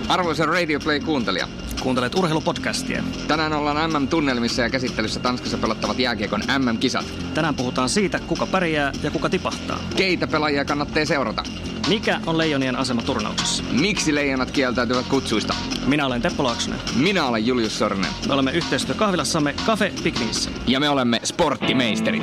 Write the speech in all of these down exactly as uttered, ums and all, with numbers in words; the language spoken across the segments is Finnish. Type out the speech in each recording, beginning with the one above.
Arvoisa Radio Play-kuuntelija. Kuuntelet urheilupodcastia. Tänään ollaan M M-tunnelmissa ja käsittelyssä Tanskassa pelattavat jääkiekon M M-kisat. Tänään puhutaan siitä, kuka pärjää ja kuka tipahtaa. Keitä pelaajia kannattaa seurata? Mikä on Leijonien asema turnauksessa? Miksi Leijonat kieltäytyvät kutsuista? Minä olen Teppo Laaksonen. Minä olen Julius Sornen. Me olemme yhteistyökahvilassamme Cafe Picnissä. Ja me olemme sporttimeisterit.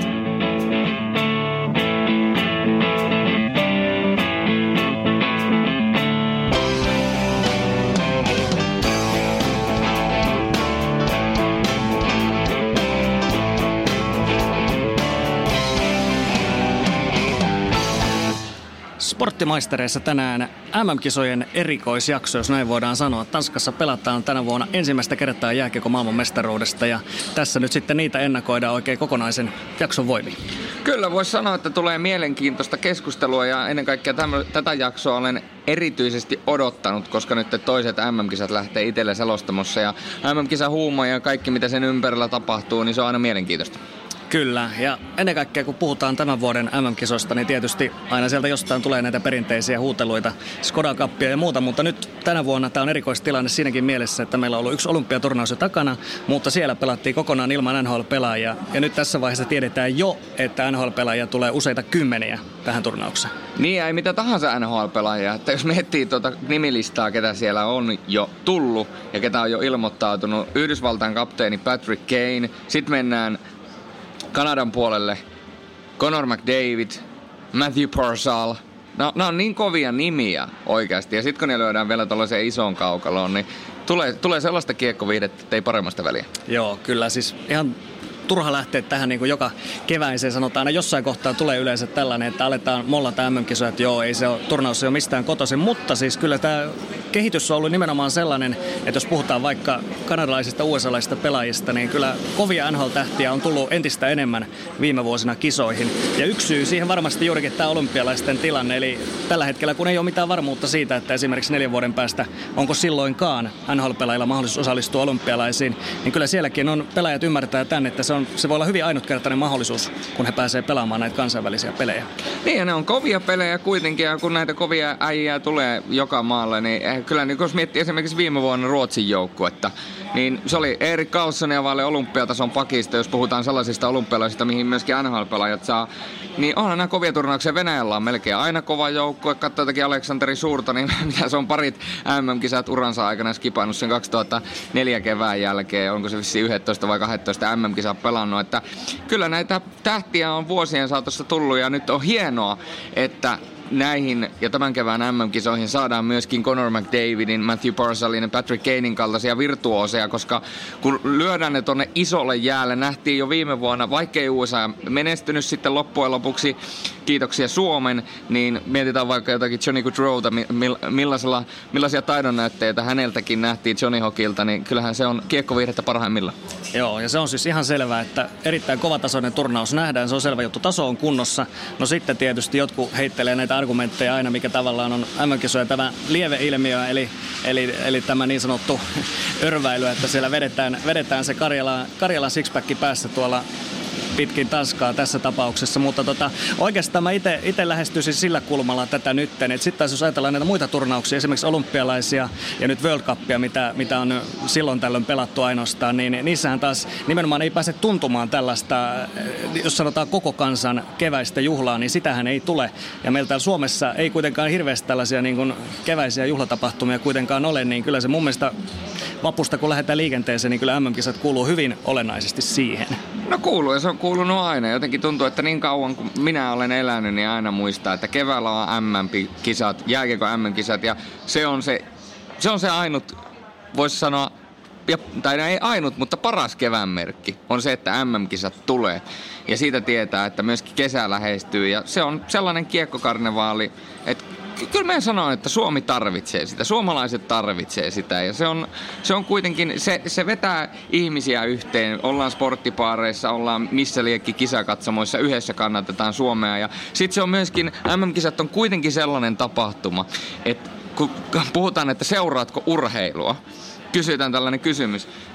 Sporttimaistereissa tänään M M-kisojen erikoisjakso, jos näin voidaan sanoa. Tanskassa pelataan tänä vuonna ensimmäistä kertaa jääkiekon maailmanmestaruudesta ja tässä nyt sitten niitä ennakoidaan oikein kokonaisen jakson voimin. Kyllä, voisi sanoa, että tulee mielenkiintoista keskustelua ja ennen kaikkea tämän, tätä jaksoa olen erityisesti odottanut, koska nyt toiset M M-kisat lähtee itselle selostamossa ja M M-kisa huuma ja kaikki mitä sen ympärillä tapahtuu, niin se on aina mielenkiintoista. Kyllä, ja ennen kaikkea kun puhutaan tämän vuoden M M-kisoista, niin tietysti aina sieltä jostain tulee näitä perinteisiä huuteluita, Skoda Cupia ja muuta, mutta nyt tänä vuonna tämä on erikoistilanne siinäkin mielessä, että meillä on ollut yksi olympiaturnaus jo takana, mutta siellä pelattiin kokonaan ilman N H L-pelaajia, ja nyt tässä vaiheessa tiedetään jo, että N H L-pelaajia tulee useita kymmeniä tähän turnaukseen. Niin, ei mitä tahansa N H L-pelaajia, että jos miettii tuota nimilistaa, ketä siellä on jo tullut ja ketä on jo ilmoittautunut, Yhdysvaltain kapteeni Patrick Kane, sitten mennään Kanadan puolelle Connor McDavid, Matthew Barzal. No, nämä on niin kovia nimiä oikeasti. Ja sitten kun ne lyödään vielä tuollaiseen isoon kaukaloon, niin tulee, tulee sellaista kiekkoviihdettä, että ei paremmasta väliä. Joo, kyllä siis ihan turha lähteä tähän niin kuin joka keväiseen, sanotaan aina jossain kohtaa tulee yleensä tällainen, että aletaan mollata M M-kisoja, että joo, ei se ole, turnaus ei ole mistään kotoisin, mutta siis kyllä tämä kehitys on ollut nimenomaan sellainen, että jos puhutaan vaikka kanadalaisista, U S A-laisista pelaajista, niin kyllä kovia N H L-tähtiä on tullut entistä enemmän viime vuosina kisoihin. Ja yksi syy siihen varmasti juurikin tämä olympialaisten tilanne, eli tällä hetkellä kun ei ole mitään varmuutta siitä, että esimerkiksi neljän vuoden päästä onko silloinkaan N H L-pelaajilla mahdollisuus osallistua olympialaisiin, niin kyllä sielläkin on pelaajat ymmärtää tämän, että se on Se voi olla hyvin ainutkertainen mahdollisuus, kun he pääsee pelaamaan näitä kansainvälisiä pelejä. Niin, ja ne on kovia pelejä kuitenkin, ja kun näitä kovia äijää tulee joka maalle, niin kyllä niin jos miettii esimerkiksi viime vuonna Ruotsin joukkuetta, niin se oli Erik Karlsson ja vaille olympiatason pakista, jos puhutaan sellaisista olympialaisista, mihin myöskin N H L-pelaajat saa, niin onhan nämä kovia turnauksia. Venäjällä on melkein aina kova joukkue. Katsoo jotakin Aleksanteri Suurta, niin mitä se on parit M M-kisat uransa aikana skipannut sen kaksituhattaneljä kevään jälkeen. Onko se vissiin yksitoista vai kaksitoista M M-kisaa pelannut. Että kyllä näitä tähtiä on vuosien saatossa tullut ja nyt on hienoa, että näihin ja tämän kevään M M-kisoihin saadaan myöskin Connor McDavidin, Matthew Barzalin ja Patrick Kanen kaltaisia virtuooseja, koska kun lyödään ne tonne isolle jäälle, nähtiin jo viime vuonna, vaikkei U S A menestynyt sitten loppujen lopuksi, kiitoksia Suomen, niin mietitään vaikka jotakin Johnny Gaudreauta, millaisella, millaisia taidonnäytteitä häneltäkin nähtiin Johnny Hawkilta, niin kyllähän se on kiekkoviihdettä parhaimmillaan. Joo, ja se on siis ihan selvää, että erittäin kovatasoinen turnaus nähdään, se on selvä juttu, taso on kunnossa. No sitten tietysti jotkut heittelee näitä argumentteja aina, mikä tavallaan on M M-kisoja tämä lieveilmiö, eli, eli, eli tämä niin sanottu örväily, että siellä vedetään, vedetään se Karjalan, Karjalan sixpack päässä tuolla pitkin Tanskaa tässä tapauksessa, mutta tota, oikeastaan mä itse lähestyisin sillä kulmalla tätä nytten, että sitten taas jos ajatellaan näitä muita turnauksia, esimerkiksi olympialaisia ja nyt World Cupia, mitä, mitä on silloin tällöin pelattu ainoastaan, niin niissähän taas nimenomaan ei pääse tuntumaan tällaista, jos sanotaan koko kansan keväistä juhlaa, niin sitähän ei tule. Ja meillä täällä Suomessa ei kuitenkaan hirveästi tällaisia niin kuin keväisiä juhlatapahtumia kuitenkaan ole, niin kyllä se mun mielestä vapusta kun lähdetään liikenteeseen, niin kyllä M M-kisat kuuluu hyvin olennaisesti siihen. No kuuluu, ja se on kuulunut aina. Jotenkin tuntuu, että niin kauan kuin minä olen elänyt, niin aina muistaa, että keväällä on M M-kisat, jääkiekon M M-kisat, ja se on se, se, on se ainut, voisi sanoa, ja, tai ei ainut, mutta paras kevään merkki on se, että M M-kisat tulee. Ja siitä tietää, että myöskin kesä lähestyy, ja se on sellainen kiekkokarnevaali, että kyllä mä sanon, että Suomi tarvitsee sitä, suomalaiset tarvitsee sitä ja se on, se on kuitenkin, se, se vetää ihmisiä yhteen, ollaan sporttipaareissa, ollaan missä liekki kisakatsomoissa, yhdessä kannatetaan Suomea ja sit se on myöskin, M M-kisat on kuitenkin sellainen tapahtuma, että kun puhutaan, että seuraatko urheilua, kysytään tällainen kysymys, niin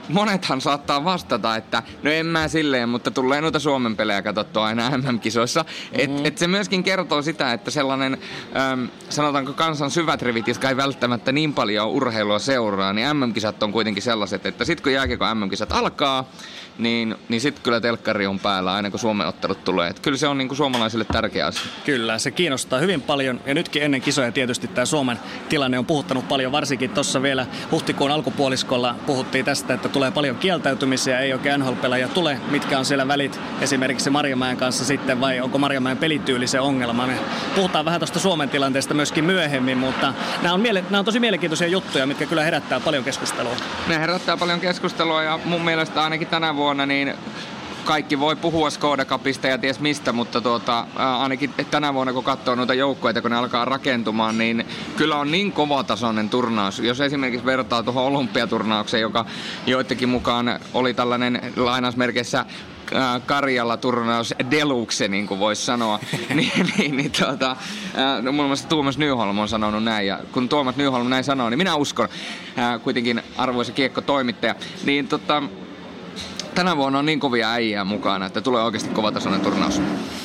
monethan saattaa vastata, että no en mä silleen, mutta tulee noita Suomen pelejä katsottua aina M M-kisoissa. Mm-hmm. Et, et se myöskin kertoo sitä, että sellainen, äm, sanotaanko kansan syvät rivit, jotka ei välttämättä niin paljon urheilua seuraa, niin M M-kisat on kuitenkin sellaiset, että sit kun jääkiekon M M-kisat alkaa, niin, niin sitten kyllä telkkari on päällä aina kun Suomen ottelut tulee. Et kyllä se on niinku suomalaisille tärkeä asia. Kyllä, se kiinnostaa hyvin paljon ja nytkin ennen kisoja tietysti tämä Suomen tilanne on puhuttanut paljon, varsinkin tuossa vielä huhtikuun alkupuoliskolla puhuttiin tästä, että tulee paljon kieltäytymisiä, ei oikein N H L-pelaajia tule, mitkä on siellä välit esimerkiksi Marjamäen kanssa sitten vai onko Marjamäen pelityyli se ongelma. Me puhutaan vähän tuosta Suomen tilanteesta myöskin myöhemmin, mutta nämä on, miele- nämä on tosi mielenkiintoisia juttuja, mitkä kyllä herättää paljon keskustelua. Ne herättää paljon keskustelua ja mun mielestä ainakin tänä vuonna niin kaikki voi puhua Skoda Cupista ja ties mistä, mutta tuota, ää, ainakin tänä vuonna kun katsoo noita joukkueita, kun ne alkaa rakentumaan, niin kyllä on niin kovatasoinen turnaus. Jos esimerkiksi vertaa tuohon olympiaturnaukseen, joka joidenkin mukaan oli tällainen lainausmerkeissä Karjala-turnaus deluxe, niin kuin voisi sanoa, niin, niin, niin tuota, no, muun muassa Tuomas Nyholm on sanonut näin, ja kun Tuomas Nyholm näin sanoo, niin minä uskon, ää, kuitenkin arvoisa kiekkotoimittaja, niin tota, tänä vuonna on niin kovia äijää mukana, että tulee oikeasti kovatasoinen turnaus.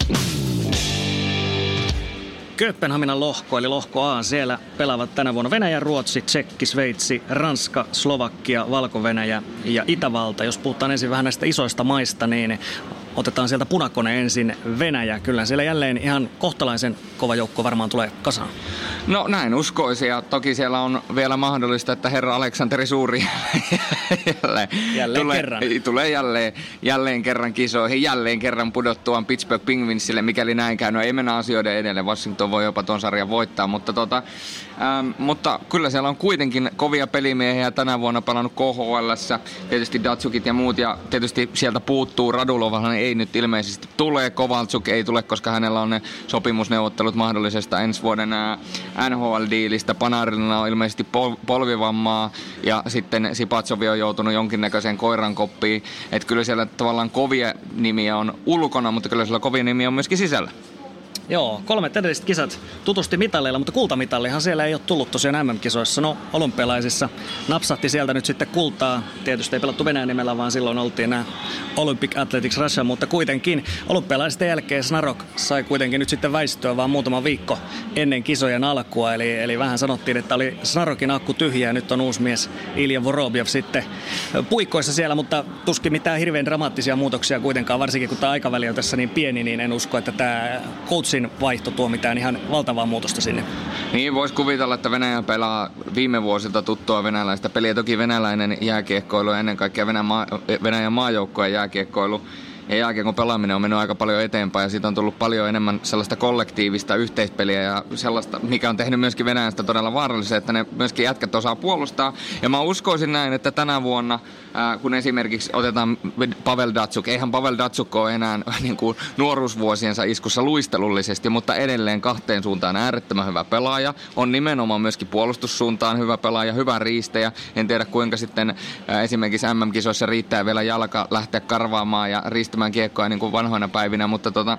Kööpenhaminan lohko, eli lohko A, siellä pelaavat tänä vuonna Venäjä, Ruotsi, Tsekki, Sveitsi, Ranska, Slovakia, Valko-Venäjä ja Itävalta. Jos puhutaan ensin vähän näistä isoista maista, niin otetaan sieltä punakone ensin Venäjä. Kyllä siellä jälleen ihan kohtalaisen kova joukko varmaan tulee kasaan. No näin uskoisin, ja toki siellä on vielä mahdollista, että herra Aleksanteri Suuri jälleen, jälleen tulee, kerran. tulee jälleen, jälleen kerran kisoihin, jälleen kerran pudottuaan Pittsburgh Penguinsille, mikäli näin käy. No ei mennä asioiden edelle, Washington voi jopa ton sarjan voittaa, mutta, tota, ähm, mutta kyllä siellä on kuitenkin kovia pelimiehiä tänä vuonna pelannut K H L:ssä, tietysti Datsukit ja muut, ja tietysti sieltä puuttuu Radulovahan ei nyt ilmeisesti tule, Kovaltsuk ei tule, koska hänellä on ne sopimusneuvottelut mahdollisesta ensi vuoden N H L-diilistä. Panarilla on ilmeisesti pol- polvivammaa ja sitten Sipatsovi on joutunut jonkinnäköiseen koirankoppiin. Että kyllä siellä tavallaan kovia nimiä on ulkona, mutta kyllä siellä kovia nimiä on myöskin sisällä. Joo, kolmet edelliset kisat tutusti mitalleilla, mutta kultamitallihan siellä ei ole tullut tosiaan M M-kisoissa. No, olympialaisissa napsahti sieltä nyt sitten kultaa. Tietysti ei pelattu Venäjän nimellä, vaan silloin oltiin nämä Olympic Athletics Russia, mutta kuitenkin olympialaisten jälkeen Snarok sai kuitenkin nyt sitten väistyä vaan muutama viikko ennen kisojen alkua. Eli, eli vähän sanottiin, että oli Snarokin akku tyhjä ja nyt on uusi mies Ilja Vorobjev sitten puikkoissa siellä, mutta tuskin mitään hirveän dramaattisia muutoksia kuitenkaan, varsinkin kun tämä aikaväli on tässä niin pieni, niin en usko, että tämä coachin vaihto tuo mitään ihan valtavaa muutosta sinne. Niin, voisi kuvitella, että Venäjä pelaa viime vuosilta tuttua venäläistä peliä. Toki venäläinen jääkiekkoilu ja ennen kaikkea Venäjän, maa, Venäjän maajoukkojen jääkiekkoilu ja jääkiekon pelaaminen on mennyt aika paljon eteenpäin ja siitä on tullut paljon enemmän sellaista kollektiivista yhteispeliä ja sellaista, mikä on tehnyt myöskin Venäjästä todella vaarallisia, että ne myöskin jätkät osaa puolustaa. Ja mä uskoisin näin, että tänä vuonna, ää, kun esimerkiksi otetaan Pavel Datsuk, eihän Pavel Datsuk ole enää niin kuin nuoruusvuosiensa iskussa luistelullisesti, mutta edelleen kahteen suuntaan äärettömän hyvä pelaaja, on nimenomaan myöskin puolustussuuntaan hyvä pelaaja, hyvä riistäjä. En tiedä kuinka sitten ää, esimerkiksi M M-kisoissa riittää vielä jalka lähteä karvaamaan ja riistämään kiekkoa niin kuin vanhoina päivinä, mutta tota,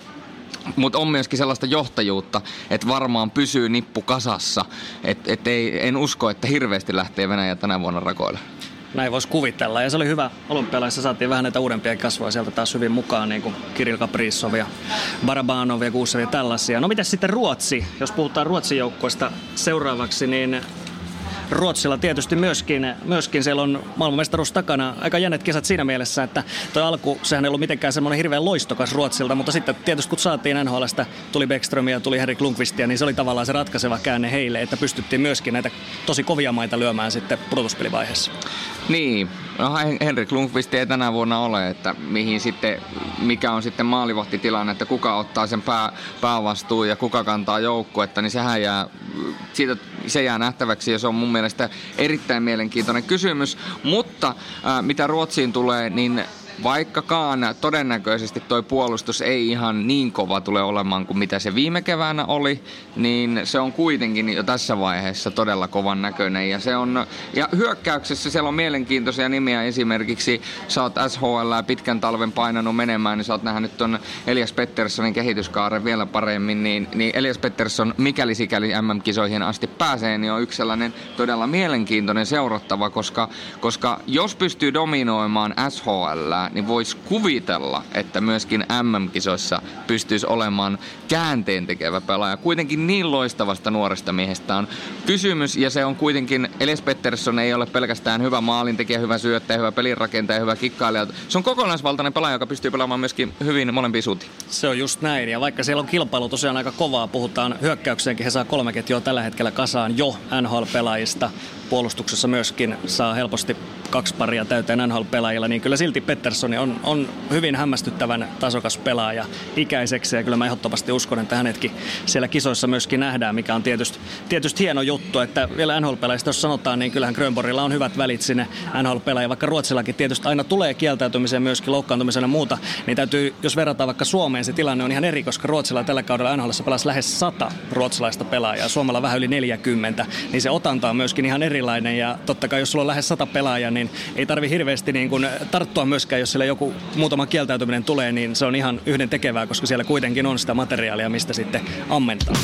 Mutta on myöskin sellaista johtajuutta, että varmaan pysyy nippu kasassa. Et, et ei, en usko, että hirveästi lähtee Venäjä tänä vuonna rakoille. Näin voisi kuvitella. Ja se oli hyvä. Olympialaisissa saatiin vähän näitä uudempia kasvoja sieltä taas hyvin mukaan, niin kuin Kirill Kaprizov ja Barabanov ja Kuusev ja tällaisia. No mitäs sitten Ruotsi? Jos puhutaan Ruotsin joukkoista seuraavaksi, niin Ruotsilla tietysti myöskin, myöskin siellä on maailmanmestaruus takana. Aika jännet kesät siinä mielessä, että tuo alku, sehän ei ollut mitenkään semmoinen hirveän loistokas Ruotsilta, mutta sitten tietysti kun saatiin N H L:stä, tuli Bäckströmiä ja tuli Henrik Lundqvistia, niin se oli tavallaan se ratkaiseva käänne heille, että pystyttiin myöskin näitä tosi kovia maita lyömään sitten pudotuspelivaiheessa. Niin, no Henrik Lundqvist ei tänä vuonna ole, että mihin sitten, mikä on sitten maalivahtitilanne, että kuka ottaa sen pää, päävastuun ja kuka kantaa joukkuetta, niin sehän jää, siitä, se jää nähtäväksi ja se on mun mielestä erittäin mielenkiintoinen kysymys, mutta ää, mitä Ruotsiin tulee, niin vaikkakaan todennäköisesti toi puolustus ei ihan niin kova tule olemaan kuin mitä se viime keväänä oli, niin se on kuitenkin jo tässä vaiheessa todella kovan näköinen. Ja, se on, ja hyökkäyksessä siellä on mielenkiintoisia nimiä, esimerkiksi sä oot S H L pitkän talven painanut menemään, niin sä oot nähnyt ton Elias Petterssonin kehityskaaren vielä paremmin, niin, niin Elias Pettersson, mikäli sikäli M M-kisoihin asti pääsee, niin on yksi sellainen todella mielenkiintoinen seurattava, koska, koska jos pystyy dominoimaan S H L, niin voisi kuvitella, että myöskin M M-kisoissa pystyisi olemaan käänteen tekevä pelaaja. Kuitenkin niin loistavasta nuoresta miehestä on kysymys, ja se on kuitenkin, Elias Pettersson ei ole pelkästään hyvä maalintekijä, hyvä syöttäjä, hyvä pelinrakentaja, hyvä kikkailija. Se on kokonaisvaltainen pelaaja, joka pystyy pelaamaan myöskin hyvin molempia suuntiin. Se on just näin, ja vaikka siellä on kilpailu tosiaan aika kovaa, puhutaan hyökkäykseenkin, he saa kolme ketjua tällä hetkellä kasaan jo N H L-pelaajista. Puolustuksessa myöskin saa helposti kaksi paria täyteen N H L-pelaajilla, niin kyllä silti Pettersson on, on hyvin hämmästyttävän tasokas pelaaja ikäiseksi, ja kyllä mä ehdottomasti uskon, että hänetkin siellä kisoissa myöskin nähdään, mikä on tietysti, tietysti hieno juttu, että vielä N H L-pelaajista, jos sanotaan, niin kyllähän Grönborgilla on hyvät välit sinne N H L-pelaajia, vaikka Ruotsillakin tietysti aina tulee kieltäytymiseen myöskin loukkaantumisena ja muuta, niin täytyy, jos verrataan vaikka Suomeen, se tilanne on ihan eri, koska Ruotsilla tällä kaudella N H L:ssä pelasi lähes sata ruotsalaista pelaajaa, Suomella vähän yli neljäkymmentä, niin se otanta on myöskin ihan erilainen, ja totta kai jos sulla on lähes sata pelaajaa, niin ei tarvi hirveästi niin kuin tarttua myöskään, jos siellä joku muutama kieltäytyminen tulee, niin se on ihan yhden tekevää, koska siellä kuitenkin on sitä materiaalia, mistä sitten ammentaa.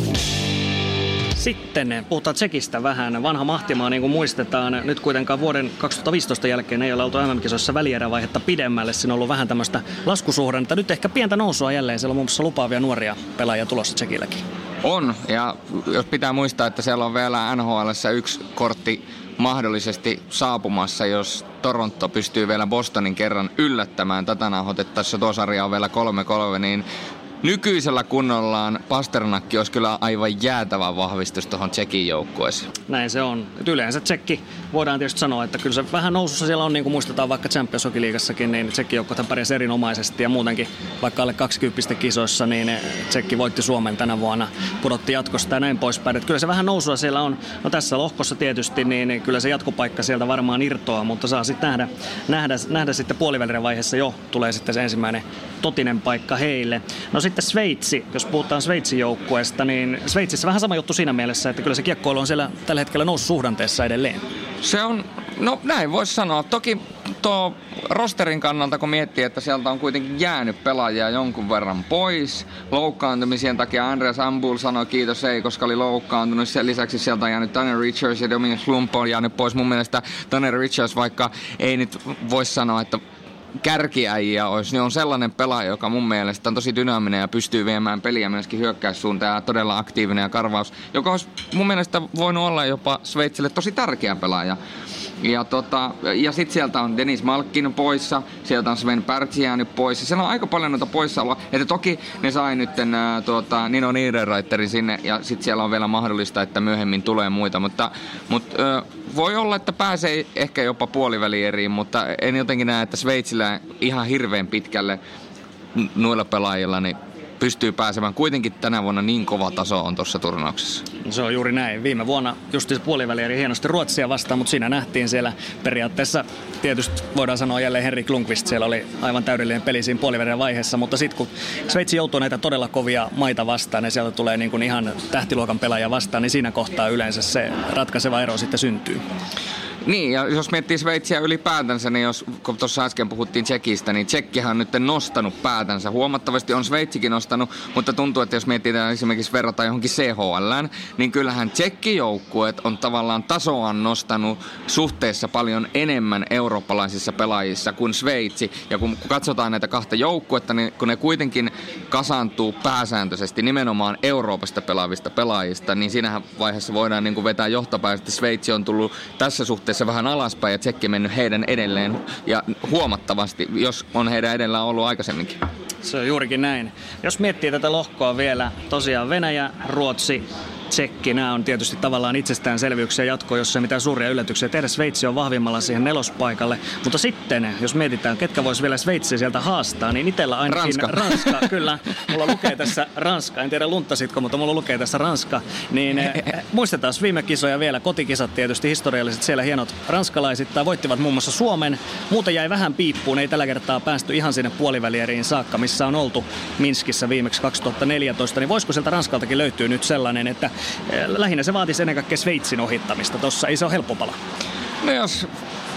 Sitten puhutaan Tsekistä vähän. Vanha mahtimaa, niin kuin muistetaan. Nyt kuitenkaan vuoden kaksituhattaviisitoista jälkeen ei ole oltu M M-kisoissa välierävaihetta pidemmälle. Siinä on ollut vähän tämmöistä laskusuhdannetta. Nyt ehkä pientä nousua jälleen. Siellä on muun muassa lupaavia nuoria pelaajia tulossa Tsekilläkin. On, ja jos pitää muistaa, että siellä on vielä N H L:ssä yksi kortti mahdollisesti saapumassa, jos Toronto pystyy vielä Bostonin kerran yllättämään tätä nauhoitettaessa. Tuo sarja on vielä kolme kolme, niin nykyisellä kunnollaan Pasternakki olisi kyllä aivan jäätävä vahvistus tuohon Tsekin joukkueeseen. Näin se on. Et yleensä Tsekki, voidaan tietysti sanoa, että kyllä se vähän nousussa siellä on, niin kuin muistetaan vaikka Champions Hockey-liigassakin, niin Tsekin joukkuehan pärjäsi erinomaisesti, ja muutenkin vaikka alle kaksikymmentä kisoissa, niin Tsekki voitti Suomen tänä vuonna, pudotti jatkosta ja näin poispäin. Et kyllä se vähän nousua siellä on. No tässä lohkossa tietysti, niin kyllä se jatkopaikka sieltä varmaan irtoaa, mutta saa sitten nähdä, nähdä, nähdä sitten puolivälin vaiheessa jo tulee sitten se ensimmäinen totinen paikka heille. No sitten Sveitsi, jos puhutaan Sveitsin joukkueesta, niin Sveitsissä vähän sama juttu siinä mielessä, että kyllä se kiekkoilu on siellä tällä hetkellä noususuhdanteessa edelleen. Se on, no näin voisi sanoa. Toki tuo rosterin kannalta, kun miettii, että sieltä on kuitenkin jäänyt pelaajia jonkun verran pois. Loukkaantumisien takia Andreas Ambul sanoi kiitos ei, koska oli loukkaantunut. Sen lisäksi sieltä on jäänyt Tanner Richards ja Dominic Lumpo on jäänyt pois. Mun mielestä Tanner Richards, vaikka ei nyt voisi sanoa, että kärkiäjiä olisi, niin on sellainen pelaaja, joka mun mielestä on tosi dynaaminen ja pystyy viemään peliä myöskin hyökkäyssuuntaan ja todella aktiivinen ja karvaus, joka olisi mun mielestä voinut olla jopa Sveitsille tosi tärkeä pelaaja. Ja, tota, ja sitten sieltä on Denis Malkin poissa, sieltä on Sven Pärtsi jäänyt pois. Ja siellä on aika paljon noita poissaoloa. Että toki ne sai nyt ää, tuota, Nino Niederreiterin sinne ja sitten siellä on vielä mahdollista, että myöhemmin tulee muita. Mutta, mutta ää, voi olla, että pääsee ehkä jopa puolivälieriin, mutta en jotenkin näe, että Sveitsillä ihan hirveän pitkälle noilla pelaajilla niin pystyy pääsemään. Kuitenkin tänä vuonna niin kova taso on tuossa turnauksessa. Se on juuri näin. Viime vuonna just puolivälieri hienosti Ruotsia vastaan, mutta siinä nähtiin siellä periaatteessa, tietysti voidaan sanoa jälleen Henrik Lundqvist, siellä oli aivan täydellinen peli siinä puolivälierien vaiheessa, mutta sitten kun Sveitsi joutuu näitä todella kovia maita vastaan ja sieltä tulee niin kuin ihan tähtiluokan pelaajia vastaan, niin siinä kohtaa yleensä se ratkaiseva ero sitten syntyy. Niin, ja jos miettii Sveitsiä ylipäätänsä, niin jos, kun tuossa äsken puhuttiin Tsekistä, niin Tsekkihän on nyt nostanut päätänsä. Huomattavasti on Sveitsikin nostanut, mutta tuntuu, että jos mietitään esimerkiksi verrataan johonkin C H L:ään, niin kyllähän Tsekkijoukkueet on tavallaan tasoaan nostanut suhteessa paljon enemmän eurooppalaisissa pelaajissa kuin Sveitsi. Ja kun katsotaan näitä kahta joukkuetta, niin kun ne kuitenkin kasaantuu pääsääntöisesti nimenomaan Euroopasta pelaavista pelaajista, niin siinähän vaiheessa voidaan niin kuin vetää johtopäätöstä, että Sveitsi on tullut tässä suhteessa vähän alaspäin ja Tsekki mennyt heidän edelleen ja huomattavasti, jos on heidän edellään ollut aikaisemminkin. Se on juurikin näin. Jos miettii tätä lohkoa vielä, tosiaan Venäjä, Ruotsi, Tsekki, nämä on tietysti tavallaan itsestäänselvyyksiä jatkoa, jossa ei mitään suuria yllätyksiä tehdä. Sveitsi on vahvimmalla siihen nelospaikalle. Mutta sitten, jos mietitään, ketkä vois vielä Sveitsiä sieltä haastaa, niin itsellä ainakin Ranska. Ranska, kyllä. Mulla lukee tässä Ranska, en tiedä luntasitko, mutta mulla lukee tässä Ranska. Niin muistetaan viime kisoja vielä, kotikisat tietysti historialliset, siellä hienot ranskalaiset, tai voittivat muun muassa Suomen. Muuten jäi vähän piippuun, ei tällä kertaa päästy ihan sinne puolivälieriin saakka, missä on oltu Minskissä viimeksi kaksituhattaneljätoista. Niin voisiko sieltä Ranskaltakin löytyy nyt sellainen, että lähinnä se vaatisi ennen kaikkea Sveitsin ohittamista. Tossa ei se ole helppo pala. No jos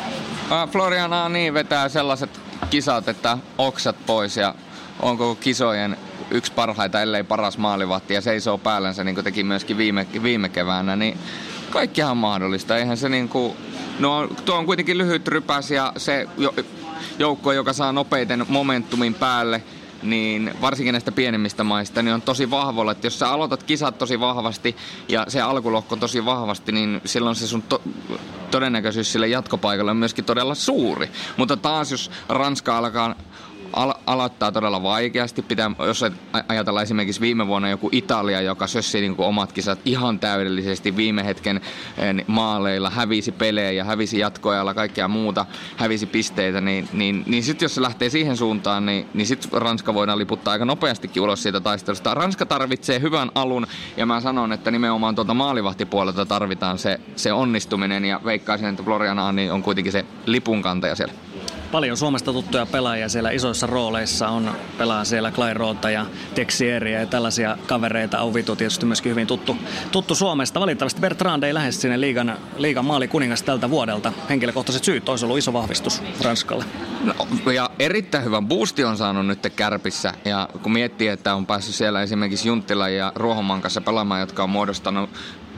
äh, Florian Arni vetää sellaiset kisat, että oksat pois ja onko kisojen yksi parhaita, ellei paras maalivahti ja seisoo päällänsä, niin kuin teki myöskin viime, viime keväänä, niin kaikkihan on mahdollista. Eihän se niin kuin, no tuo on kuitenkin lyhyt rypäs ja se joukko, joka saa nopeiten momentumin päälle, niin varsinkin näistä pienemmistä maista, niin on tosi vahvoilla, että jos sä aloitat kisat tosi vahvasti ja se alkulohko tosi vahvasti, niin silloin se sun to- todennäköisyys sille jatkopaikalle on myöskin todella suuri. Mutta taas jos Ranska alkaa Al- aloittaa todella vaikeasti. Pitää, jos ajatellaan esimerkiksi viime vuonna joku Italia, joka sössi niin kuin omat kisat ihan täydellisesti viime hetken maaleilla, hävisi pelejä ja hävisi jatkoajalla kaikkea muuta, hävisi pisteitä, niin, niin, niin sitten jos se lähtee siihen suuntaan, niin, niin sitten Ranska voidaan liputtaa aika nopeastikin ulos siitä taistelusta. Ranska tarvitsee hyvän alun, ja mä sanon, että nimenomaan tuolta maalivahtipuolelta tarvitaan se, se onnistuminen, ja veikkaisin, että Florian Arni on kuitenkin se lipunkantaja siellä. Paljon Suomesta tuttuja pelaajia siellä isoissa rooleissa on. Pelaa siellä Clairota ja Texieria ja tällaisia kavereita. Auvito tietysti myöskin hyvin tuttu, tuttu Suomesta. Valitettavasti Bertrand ei lähde sinne liigan, liigan maalikuningas tältä vuodelta. Henkilökohtaiset syyt olisi ollut iso vahvistus Ranskalle. No, ja erittäin hyvän boosti on saanut nyt Kärpissä. Ja kun miettii, että on päässyt siellä esimerkiksi Junttila ja Ruohoman kanssa pelaamaan, jotka on muodostanut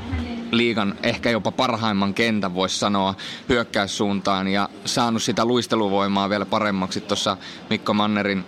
liigan ehkä jopa parhaimman kentän, voisi sanoa, hyökkäyssuuntaan ja saanut sitä luisteluvoimaa vielä paremmaksi tuossa Mikko Mannerin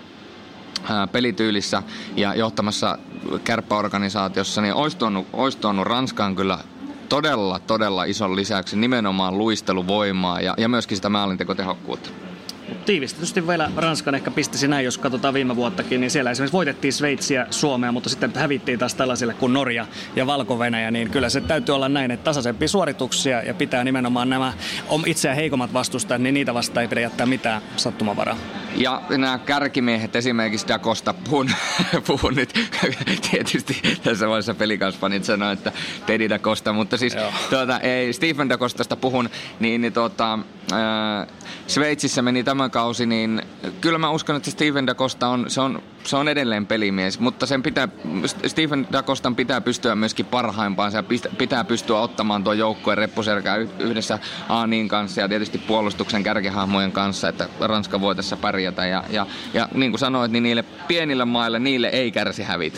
ää, pelityylissä ja johtamassa kärppäorganisaatiossa, niin olisi tuonut, olisi tuonut Ranskaan kyllä todella, todella ison lisäksi nimenomaan luisteluvoimaa ja, ja myöskin sitä maalintekotehokkuutta. Tiivistetysti vielä Ranskan ehkä pistisi näin, jos katsotaan viime vuottakin, niin siellä esimerkiksi voitettiin Sveitsiä, Suomea, mutta sitten hävittiin taas tällaisille kuin Norja ja Valko-Venäjä, niin kyllä se täytyy olla näin, että tasaisempia suorituksia ja pitää nimenomaan nämä itseään heikommat vastustajat, niin niitä vastaan ei pidä jättää mitään sattumavaraa. Ja nämä kärkimiehet, esimerkiksi Da Costa, puhun, puhun nyt tietysti tässä vaiheessa pelikansfanit sanoo, että Teddy Da Costa, mutta siis tuota, ei, Stephen Da Costasta puhun, niin, niin tuota, ää, Sveitsissä meni tämä kausi, niin kyllä mä uskon, että Stephen Da Costa on, se on, se on edelleen pelimies, mutta sen pitää, Stephen Da Costan pitää pystyä myöskin parhaimpaansa ja pitää pystyä ottamaan tuo joukkueen reppuselkää yhdessä Aanin kanssa ja tietysti puolustuksen kärkihahmojen kanssa, että Ranska voi tässä pärjätä ja, ja, ja niin kuin sanoit, niin niille pienille maille, niille ei kärsi hävitä.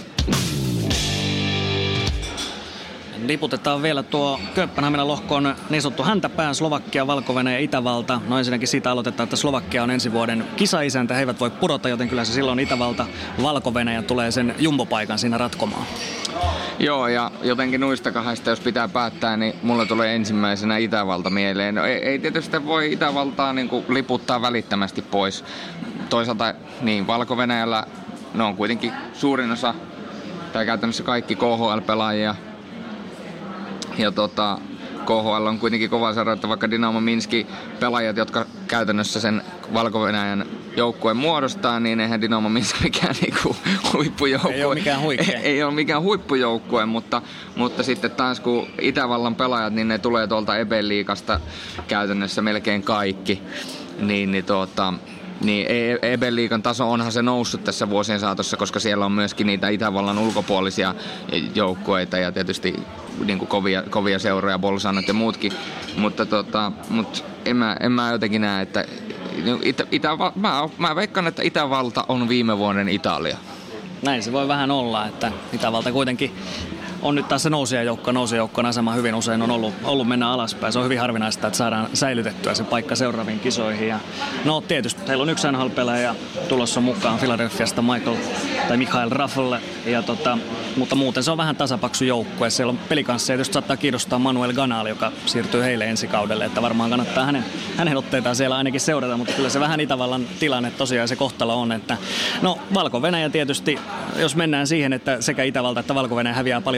Liputetaan vielä tuo Kööpenhaminan lohkon niin sanottu häntäpää, Slovakia, Valko-Venäjä ja Itävalta. No ensinnäkin siitä aloitetaan, että Slovakia on ensi vuoden kisaisäntä, he eivät voi pudota, joten kyllä se silloin Itävalta, Valko-Venäjä tulee sen jumbopaikan siinä ratkomaan. Joo, ja jotenkin noista kahdesta, jos pitää päättää, niin mulle tulee ensimmäisenä Itävalta mieleen. No, ei, ei tietysti voi Itävaltaa niin kuin liputtaa välittömästi pois. Toisaalta niin Valko-Venäjällä ne on kuitenkin suurin osa, tai käytännössä kaikki K H L-pelaajia. Ja tota, K H L on kuitenkin kova sarja, että vaikka Dynamo Minski pelaajat, jotka käytännössä sen Valko-Venäjän joukkueen muodostaa, niin eihän Dynamo Minsk mikään niinku huippujoukkue. Ei ole mikään huikea. Ei, ei ole mikään huippujoukkue, mutta, mutta sitten taas kun Itävallan pelaajat, niin ne tulee tuolta E B-liigasta käytännössä melkein kaikki. Niin, niin tuota... Niin E B-liigan taso onhan se noussut tässä vuosien saatossa, koska siellä on myöskin niitä Itävallan ulkopuolisia joukkueita ja tietysti niin kuin kovia, kovia seuroja, Bolzanot ja muutkin. Mutta tota, mut en, mä, en mä jotenkin näe, että Itä, Itä, mä, mä veikkaan, että Itävalta on viime vuoden Italia. Näin se voi vähän olla, että Itävalta kuitenkin on nyt taas se nousijajoukko, nousijajoukkojen asema hyvin usein on ollut, ollut mennä alaspäin. Se on hyvin harvinaista, että saadaan säilytettyä se paikka seuraaviin kisoihin. Ja no tietysti, heillä on yksi N H L-pelaaja tulossa mukaan Philadelphiasta Michael tai Mikhail Raffle. Ja tota, mutta muuten se on vähän tasapaksu joukkue. Siellä on pelikanssia, tietysti saattaa kiinnostaa Manuel Ganal, joka siirtyy heille ensi kaudelle. Että varmaan kannattaa hänen, hänen otteitaan siellä ainakin seurata, mutta kyllä se vähän Itävallan tilanne tosiaan se kohtalo on. Että no Valko-Venäjä tietysti, jos mennään siihen, että sekä Itävalta että Valko-Venäjä häviää paljon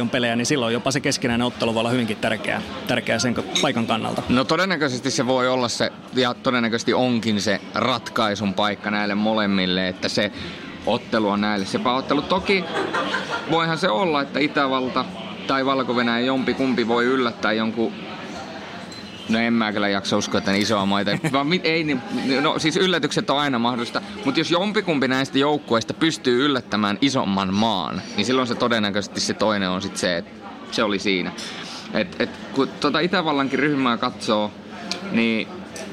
ilman pelejä, niin silloin jopa se keskinäinen ottelu voi olla hyvinkin tärkeää, tärkeää sen paikan kannalta. No todennäköisesti se voi olla se, ja todennäköisesti onkin se ratkaisun paikka näille molemmille, että se ottelu on näille sepä ottelu. Toki voihan se olla, että Itävalta tai Valko-Venäjä jompi kumpi voi yllättää jonkun. No en mä kyllä jaksa uskoa, että ne isoa maita. Vaan mit, ei, niin, no siis yllätykset on aina mahdollista. Mutta jos jompikumpi näistä joukkueista pystyy yllättämään isomman maan, niin silloin se todennäköisesti se toinen on sitten se, että se oli siinä. Et, et, kun tuota Itävallankin ryhmää katsoo, niin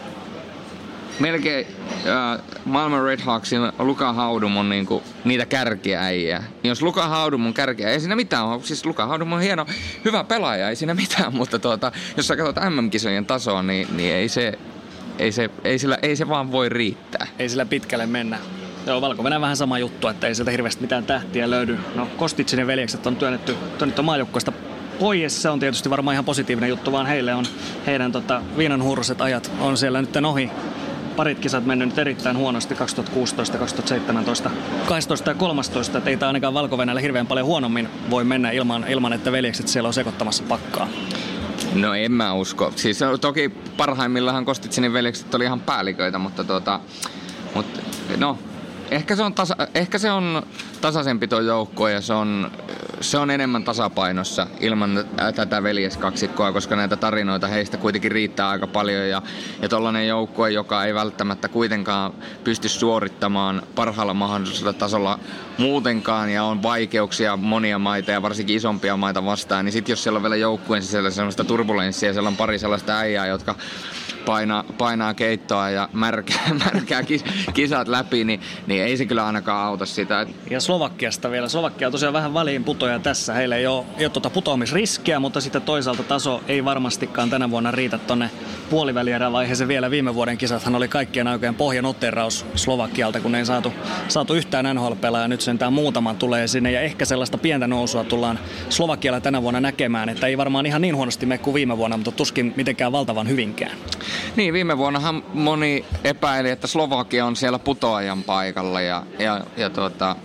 melkein äh, Malmö Redhawksin Luka Haudum on niinku niitä kärkiäjiä. Niin jos Luka Haudum on kärkiä, ei siinä mitään ole. Siis Luka Haudum on hieno, hyvä pelaaja, ei siinä mitään. Mutta tuota, jos sä katsot M M-kisojen tasoa, niin, niin ei, se, ei, se, ei, sillä, ei se vaan voi riittää. Ei sillä pitkälle mennä. Joo, Valko-Venäjä vähän sama juttu, että ei sieltä hirveästi mitään tähtiä löydy. No, Kostitsin ja veljekset on työnnetty, työnnetty maajoukkueesta pois. Se on tietysti varmaan ihan positiivinen juttu, vaan heille on heidän tota, viinanhuuruiset ajat on siellä nyt ohi. Parit kisat mennyt nyt erittäin huonosti, kaksituhattakuusitoista, kaksituhattaseitsemäntoista, kaksitoista ja kolmetoista, että ei tämä ainakaan Valko-Venäjällä hirveän paljon huonommin voi mennä ilman, ilman että veljekset siellä on sekoittamassa pakkaa. No en mä usko. Siis toki parhaimmillaan Kostitsinin veljekset oli ihan päälliköitä, mutta tuota, mutta no, ehkä se on, tasa, ehkä se on tasaisempi tuo joukko ja se on, se on enemmän tasapainossa ilman tätä veljeskaksikkoa, koska näitä tarinoita heistä kuitenkin riittää aika paljon ja, ja tollainen joukkue, joka ei välttämättä kuitenkaan pysty suorittamaan parhaalla mahdollisella tasolla muutenkaan ja on vaikeuksia monia maita ja varsinkin isompia maita vastaan, niin sitten jos siellä on vielä joukkueen sisällä sellaista turbulenssia ja siellä on pari sellaista äijää, jotka painaa, painaa keittoa ja märkää, märkää kisat läpi, niin, niin ei se kyllä ainakaan auta sitä. Ja Slovakiasta vielä. Slovakia on tosiaan vähän väliin putoja tässä. Heillä ei ole, ei ole tuota putoamisriskiä, mutta sitten toisaalta taso ei varmastikaan tänä vuonna riitä tonne puolivälierävaiheeseen vielä. Viime vuoden kisathan oli kaikkien aikojen pohjanoteraus Slovakialta, kun ei saatu, saatu yhtään N H L-pelaajaa. Nyt sentään muutaman tulee sinne ja ehkä sellaista pientä nousua tullaan Slovakialla tänä vuonna näkemään, että ei varmaan ihan niin huonosti mene kuin viime vuonna, mutta tuskin mitenkään valtavan hyvinkään. Niin, viime vuonnahan moni epäili, että Slovakia on siellä putoajan paikalla ja, ja, ja tuota,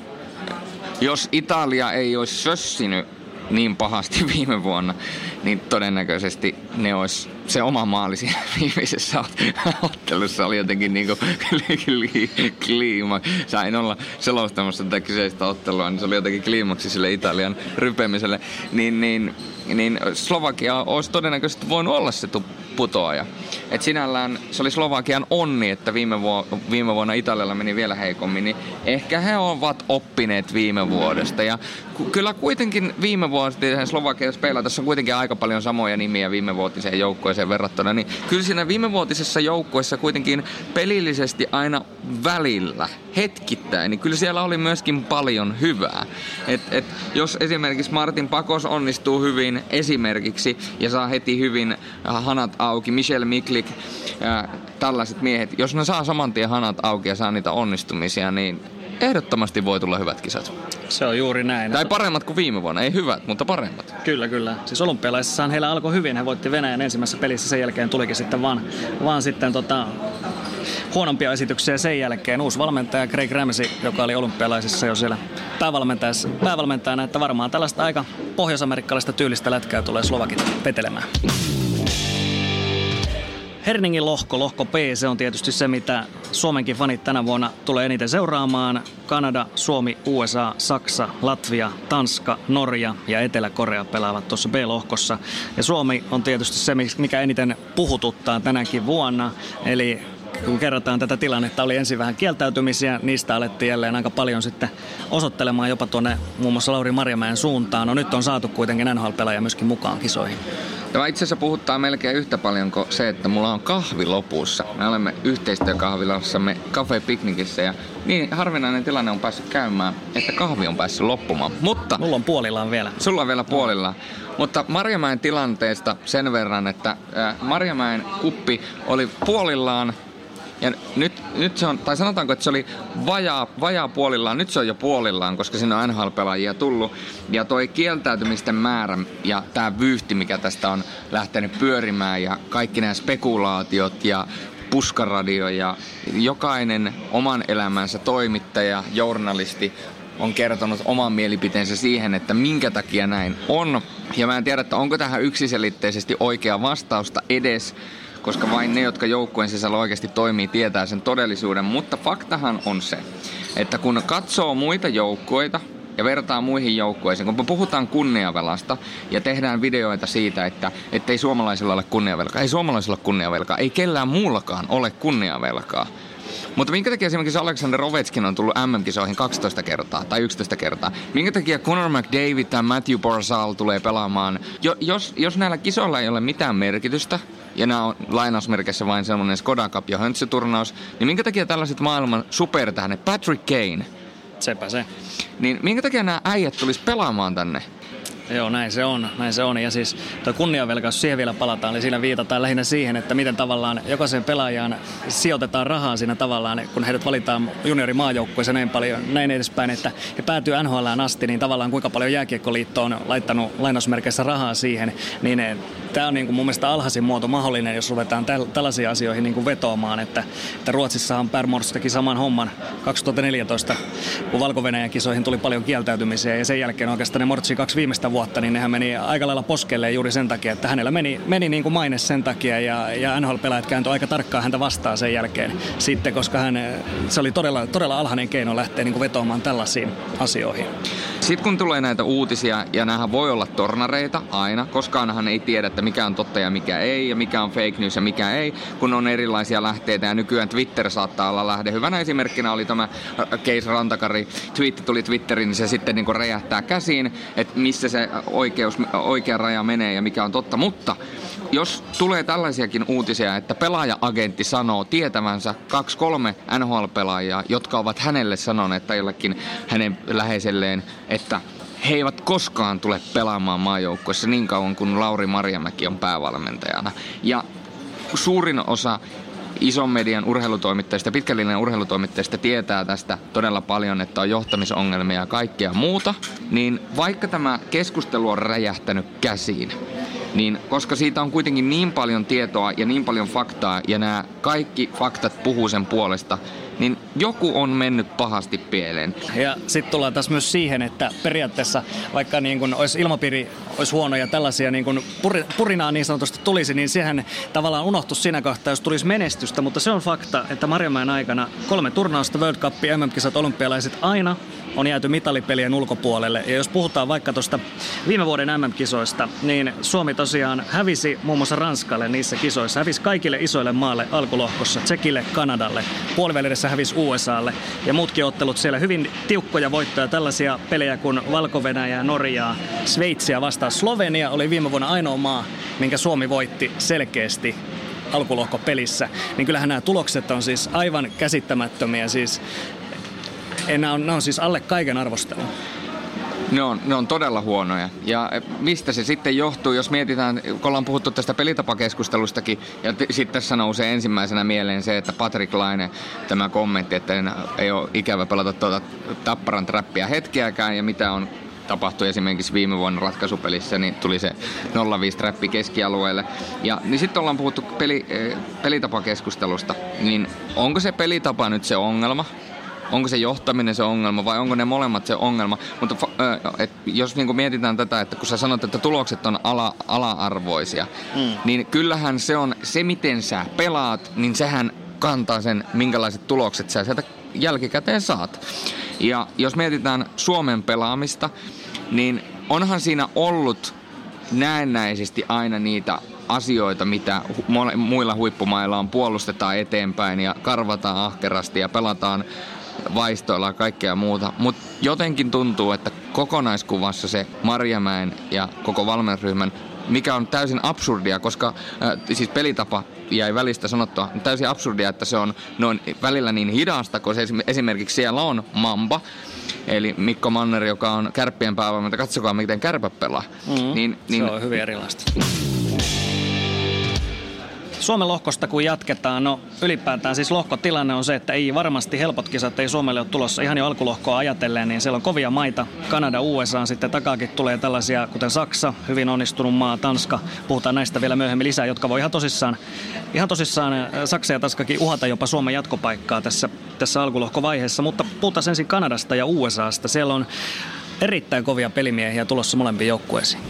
jos Italia ei olisi sössinyt niin pahasti viime vuonna, niin todennäköisesti ne olisi, se oma maali siinä viimeisessä ottelussa oli jotenkin niinku kliima. Sain olla selostamassa tätä kyseistä ottelua, niin se oli jotenkin kliimaksi sille Italian rypemiselle. Niin, niin, niin Slovakia olisi todennäköisesti voinut olla se putoaja. Et sinällään se oli Slovakian onni, että viime, vu- viime vuonna Italialla meni vielä heikommin, niin ehkä he ovat oppineet viime vuodesta. Ja ku- kyllä kuitenkin viime vuoteen Slovakiassa peilaa, tässä on kuitenkin aika paljon samoja nimiä viime vuotiseen joukkueeseen verrattuna, niin kyllä siinä viime vuotisessa joukkueessa kuitenkin pelillisesti aina välillä, hetkittäin, niin kyllä siellä oli myöskin paljon hyvää. Et, et, jos esimerkiksi Martin Pakos onnistuu hyvin esimerkiksi ja saa heti hyvin hanat auki, Michel Miklik, ja tällaiset miehet, jos ne saa saman tien hanat auki ja saa niitä onnistumisia, niin ehdottomasti voi tulla hyvät kisat. Se on juuri näin. Tai paremmat kuin viime vuonna. Ei hyvät, mutta paremmat. Kyllä, kyllä. Siis olympialaisissaan heillä alkoi hyvin. He voitti Venäjän ensimmäisessä pelissä. Sen jälkeen tulikin sitten vaan, vaan sitten tota, huonompia esityksiä sen jälkeen. Uusi valmentaja Craig Ramsey, joka oli olympialaisissa jo siellä päävalmentajana. Että varmaan tällaista aika pohjois-amerikkalaista tyylistä lätkää tulee Slovakit vetelemään. Herningin lohko, lohko P, se on tietysti se, mitä Suomenkin fanit tänä vuonna tulee eniten seuraamaan. Kanada, Suomi, U S A, Saksa, Latvia, Tanska, Norja ja Etelä-Korea pelaavat tuossa B-lohkossa. Ja Suomi on tietysti se, mikä eniten puhututtaa tänäkin vuonna. Eli kun kerrotaan tätä tilannetta, oli ensin vähän kieltäytymisiä, niistä alettiin jälleen aika paljon sitten osoittelemaan jopa tuonne muun muassa Lauri Marjamäen suuntaan. No nyt on saatu kuitenkin N H L-pelaaja myöskin mukaan kisoihin. Tämä itse asiassa puhuttaa melkein yhtä paljon kuin se, että mulla on kahvi lopussa. Me olemme yhteistyökahvilassamme Cafe Picnicissa ja niin harvinainen tilanne on päässyt käymään, että kahvi on päässyt loppumaan. Mutta mulla on puolillaan vielä. Sulla on vielä puolillaan. No. Mutta Marjamäen tilanteesta sen verran, että Marjamäen kuppi oli puolillaan. Ja nyt, nyt se on, tai sanotaanko, että se oli vajaa, vajaa puolillaan, nyt se on jo puolillaan, koska siinä on N H L-pelaajia tullut. Ja toi kieltäytymisten määrä ja tää vyyhti, mikä tästä on lähtenyt pyörimään ja kaikki nämä spekulaatiot ja puskaradio ja jokainen oman elämänsä toimittaja, journalisti on kertonut oman mielipiteensä siihen, että minkä takia näin on. Ja mä en tiedä, että onko tähän yksiselitteisesti oikea vastausta edes, koska vain ne, jotka joukkueen sisällä oikeasti toimii, tietää sen todellisuuden. Mutta faktahan on se, että kun katsoo muita joukkueita ja vertaa muihin joukkueisiin, kun me puhutaan kunniavelasta ja tehdään videoita siitä, että ei suomalaisilla ole kunniavelkaa, ei suomalaisilla ole kunniavelkaa, ei kellään muullakaan ole kunniavelkaa. Mutta minkä takia esimerkiksi Alexander Ovechkin on tullut M M-kisoihin kaksitoista kertaa tai yksitoista kertaa? Minkä takia Connor McDavid tai Matthew Barzal tulee pelaamaan? Jo, jos, jos näillä kisoilla ei ole mitään merkitystä, ja nämä on lainausmerkissä vain sellainen Skoda Cup ja höntsyturnaus, niin minkä takia tällaiset maailman supertähdet, Patrick Kane, sepä se. Niin minkä takia nämä äijät tulisi pelaamaan tänne? Joo, näin se on, näin se on. Ja siis tuo kunniavelkaus, siihen vielä palataan, eli siinä viitataan lähinnä siihen, että miten tavallaan jokaisen pelaajaan sijoitetaan rahaa siinä tavallaan, kun heidät valitaan juniorimaajoukkueeseen näin paljon, näin edespäin, että he päätyy N H L:ään asti, niin tavallaan kuinka paljon Jääkiekkoliitto on laittanut lainausmerkeissä rahaa siihen, niin tämä on niin kuin mun mielestä alhaisin muoto mahdollinen, jos ruvetaan täl- tällaisiin asioihin niin kuin vetoamaan, että, että Ruotsissahan Per Mors teki saman homman kaksituhattaneljätoista, kun Valko-Venäjän kisoihin tuli paljon kieltäytymisiä, ja sen jälkeen oikeastaan ne Mortsi kaksi viimeistä vuotta, niin nehän meni aika lailla poskelleen juuri sen takia, että hänellä meni, meni niin kuin maine sen takia, ja, ja N H L-pelaajat kääntyi aika tarkkaan häntä vastaan sen jälkeen sitten, koska hän, se oli todella, todella alhainen keino lähteä niin kuin vetoamaan tällaisiin asioihin. Sitten kun tulee näitä uutisia, ja nämähän voi olla tornareita aina, koskaanhan ei tiedä, että mikä on totta ja mikä ei, ja mikä on fake news ja mikä ei, kun on erilaisia lähteitä, ja nykyään Twitter saattaa olla lähde. Hyvänä esimerkkinä oli tämä Case Rantakari, twiitti tuli Twitteriin, niin se sitten niin kuin räjähtää käsiin, että missä se oikeus, oikea raja menee ja mikä on totta, mutta jos tulee tällaisiakin uutisia, että pelaaja-agentti sanoo tietävänsä kaksi kolme N H L-pelaajaa, jotka ovat hänelle sanoneet tai jollekin hänen läheiselleen, että he eivät koskaan tule pelaamaan maajoukkueessa niin kauan kuin Lauri Marjamäki on päävalmentajana. Ja suurin osa ison median urheilutoimittajista, pitkällinen urheilutoimittajista tietää tästä todella paljon, että on johtamisongelmia ja kaikkea muuta, niin vaikka tämä keskustelu on räjähtänyt käsiin, niin koska siitä on kuitenkin niin paljon tietoa ja niin paljon faktaa, ja nämä kaikki faktat puhuu sen puolesta, niin joku on mennyt pahasti pieleen. Ja sitten tullaan taas myös siihen, että periaatteessa vaikka niin kun olisi ilmapiiri olisi huono ja tällaisia niin kun purinaa niin sanotusti tulisi, niin sehän tavallaan unohtuisi siinä kohtaa, jos tulisi menestystä. Mutta se on fakta, että Marjamäen aikana kolme turnausta, World Cup, M M-kisat, olympialaiset aina on jääty mitalipelien ulkopuolelle. Ja jos puhutaan vaikka tuosta viime vuoden M M-kisoista, niin Suomi tosiaan hävisi muun muassa Ranskalle niissä kisoissa. Hävisi kaikille isoille maalle alkulohkossa, Tsekille, Kanadalle, puolivälissä hävisi U S A:lle ja muutkin ottelut siellä hyvin tiukkoja voittoja. Tällaisia pelejä kuin Valko-Venäjää, Norjaa, Sveitsiä vastaan. Slovenia oli viime vuonna ainoa maa, minkä Suomi voitti selkeästi alkulohkopelissä. Niin kyllähän nämä tulokset on siis aivan käsittämättömiä. Siis, nämä, on, nämä on siis alle kaiken arvostelun. Ne on, ne on todella huonoja. Ja mistä se sitten johtuu, jos mietitään, kun ollaan puhuttu tästä pelitapakeskustelustakin, ja t- sitten tässä nousee ensimmäisenä mieleen se, että Patrick Laine, tämä kommentti, että ei ole ikävä pelata tuota Tapparan trappia hetkeäkään, ja mitä on tapahtui esimerkiksi viime vuonna ratkaisupelissä, niin tuli se nolla viisi trappi keskialueelle. Ja niin sitten ollaan puhuttu peli, pelitapakeskustelusta, niin onko se pelitapa nyt se ongelma? Onko se johtaminen se ongelma vai onko ne molemmat se ongelma? Mutta et, jos niin kuin mietitään tätä, että kun sä sanot, että tulokset on ala, ala-arvoisia, mm. niin kyllähän se on se, miten sä pelaat, niin sehän kantaa sen, minkälaiset tulokset sä sieltä jälkikäteen saat. Ja jos mietitään Suomen pelaamista, niin onhan siinä ollut näennäisesti aina niitä asioita, mitä hu- muilla huippumailla on, puolustetaan eteenpäin ja karvataan ahkerasti ja pelataan vaistoilla ja kaikkea muuta. Mutta jotenkin tuntuu, että kokonaiskuvassa se Marjamäen ja koko valmennusryhmän, mikä on täysin absurdia, koska äh, siis pelitapa jäi välistä sanottua, täysin absurdia, että se on noin välillä niin hidasta, kun se esimerkiksi siellä on Mamba, eli Mikko Manner, joka on Kärppien päävalmentaja, katsokaa miten Kärpät pelaa. Mm-hmm. Niin, niin, se on hyvin erilaista. Suomen lohkosta kun jatketaan, no ylipäätään siis lohkotilanne on se, että ei varmasti helpot kisat, ei Suomelle ole tulossa ihan jo alkulohkoa ajatellen, niin siellä on kovia maita, Kanada, U S A, sitten takaakin tulee tällaisia, kuten Saksa, hyvin onnistunut maa, Tanska, puhutaan näistä vielä myöhemmin lisää, jotka voi ihan tosissaan, ihan tosissaan Saksa ja Tanskakin uhata jopa Suomen jatkopaikkaa tässä, tässä alkulohkovaiheessa, mutta puhutaan ensin Kanadasta ja U S A:sta, siellä on erittäin kovia pelimiehiä tulossa molempiin joukkueisiin.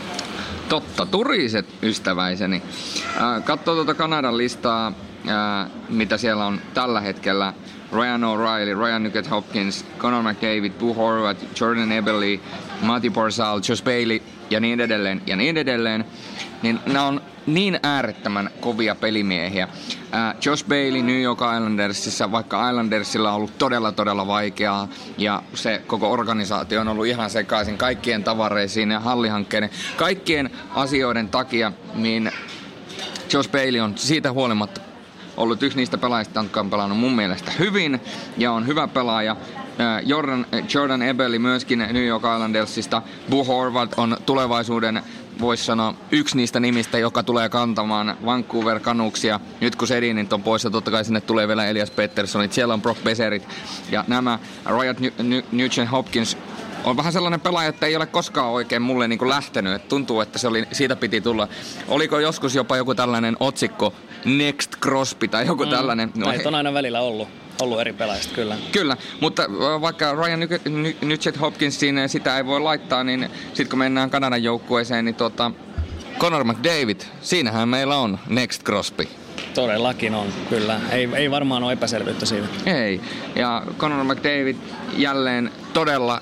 Totta, turiset ystäväiseni. Äh, Katso tuota Kanadan listaa, äh, mitä siellä on tällä hetkellä. Ryan O'Reilly, Ryan Nugent-Hopkins, Connor McDavid, Bo Horvat, Jordan Eberle, Matthew Barzal, Josh Bailey ja niin edelleen ja niin edelleen. Niin nämä on niin äärettömän kovia pelimiehiä. Äh, Josh Bailey New York Islandersissa, vaikka Islandersilla on ollut todella todella vaikeaa ja se koko organisaatio on ollut ihan sekaisin kaikkien tavareisiin ja hallihankkeiden, kaikkien asioiden takia, niin Josh Bailey on siitä huolimatta ollut yksi niistä pelaajista, jotka on pelannut mun mielestä hyvin ja on hyvä pelaaja. Jordan, Jordan Eberle myöskin New York Islandersista. Bo Horvat on tulevaisuuden, voisi sanoa, yksi niistä nimistä, joka tulee kantamaan Vancouver Canucksia. Nyt kun Sedinit on poissa, totta kai sinne tulee vielä Elias Petterssonit. Siellä on Brock Beserit ja nämä Ryan Nugent-Hopkins on vähän sellainen pelaaja, että ei ole koskaan oikein mulle niin kuin lähtenyt. Et tuntuu, että se oli, siitä piti tulla. Oliko joskus jopa joku tällainen otsikko Next Crosby tai joku mm, tällainen? No, näitä on aina välillä ollut. Ollut eri pelaajista, kyllä. Kyllä, mutta vaikka Ryan Nugent-Hopkinsiin sitä ei voi laittaa, niin sitten kun mennään Kanadan joukkueeseen, niin tuota, Connor McDavid, siinähän meillä on Next Crosby. Todellakin on, kyllä. Ei, ei varmaan ole epäselvyyttä siitä. Ei, ja Connor McDavid jälleen todella,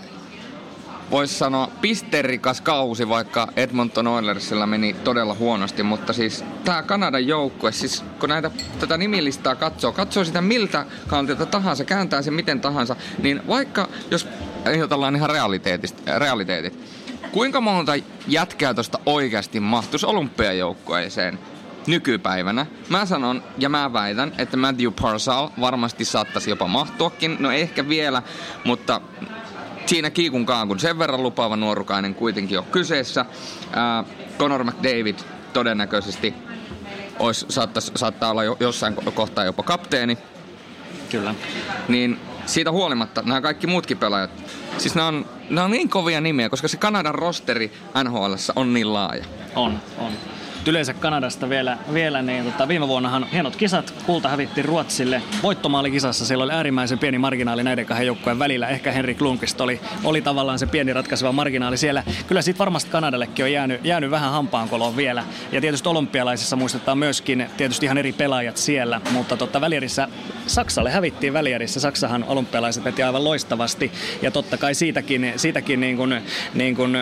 voisi sanoa, pisterikas kausi, vaikka Edmonton Oilersilla meni todella huonosti, mutta siis tämä Kanadan joukkue, siis kun näitä, tätä nimilistaa katsoo, katsoo sitä miltä kantilta tahansa, kääntää sen miten tahansa, niin vaikka, jos ajatellaan ihan realiteetit, kuinka monta jätkää tuosta oikeasti mahtuisi olympiajoukkueeseen nykypäivänä? Mä sanon ja mä väitän, että Matthew Barzal varmasti saattaisi jopa mahtuakin, no ehkä vielä, mutta siinä kiikun kaakun sen verran lupaava nuorukainen kuitenkin on kyseessä. Ää, Connor McDavid todennäköisesti olisi, saattais, saattaa olla jo, jossain kohtaa jopa kapteeni. Kyllä. Niin siitä huolimatta nämä kaikki muutkin pelaajat, siis nämä on, nämä on niin kovia nimiä, koska se Kanadan rosteri N H L:ssä on niin laaja. On, on. Yleensä Kanadasta vielä, vielä niin tota, viime vuonnahan hienot kisat, kulta hävittiin Ruotsille. Voittomaalikisassa siellä oli äärimmäisen pieni marginaali näiden kahden joukkueen välillä. Ehkä Henrik Lundqvist oli, oli tavallaan se pieni ratkaiseva marginaali siellä. Kyllä siitä varmasti Kanadallekin on jäänyt, jäänyt vähän hampaankoloon vielä. Ja tietysti olympialaisissa muistetaan myöskin tietysti ihan eri pelaajat siellä. Mutta totta, välierissä Saksalle hävittiin välierissä. Saksahan olympialaiset veti aivan loistavasti. Ja totta kai siitäkin, siitäkin niin kuin, niin kuin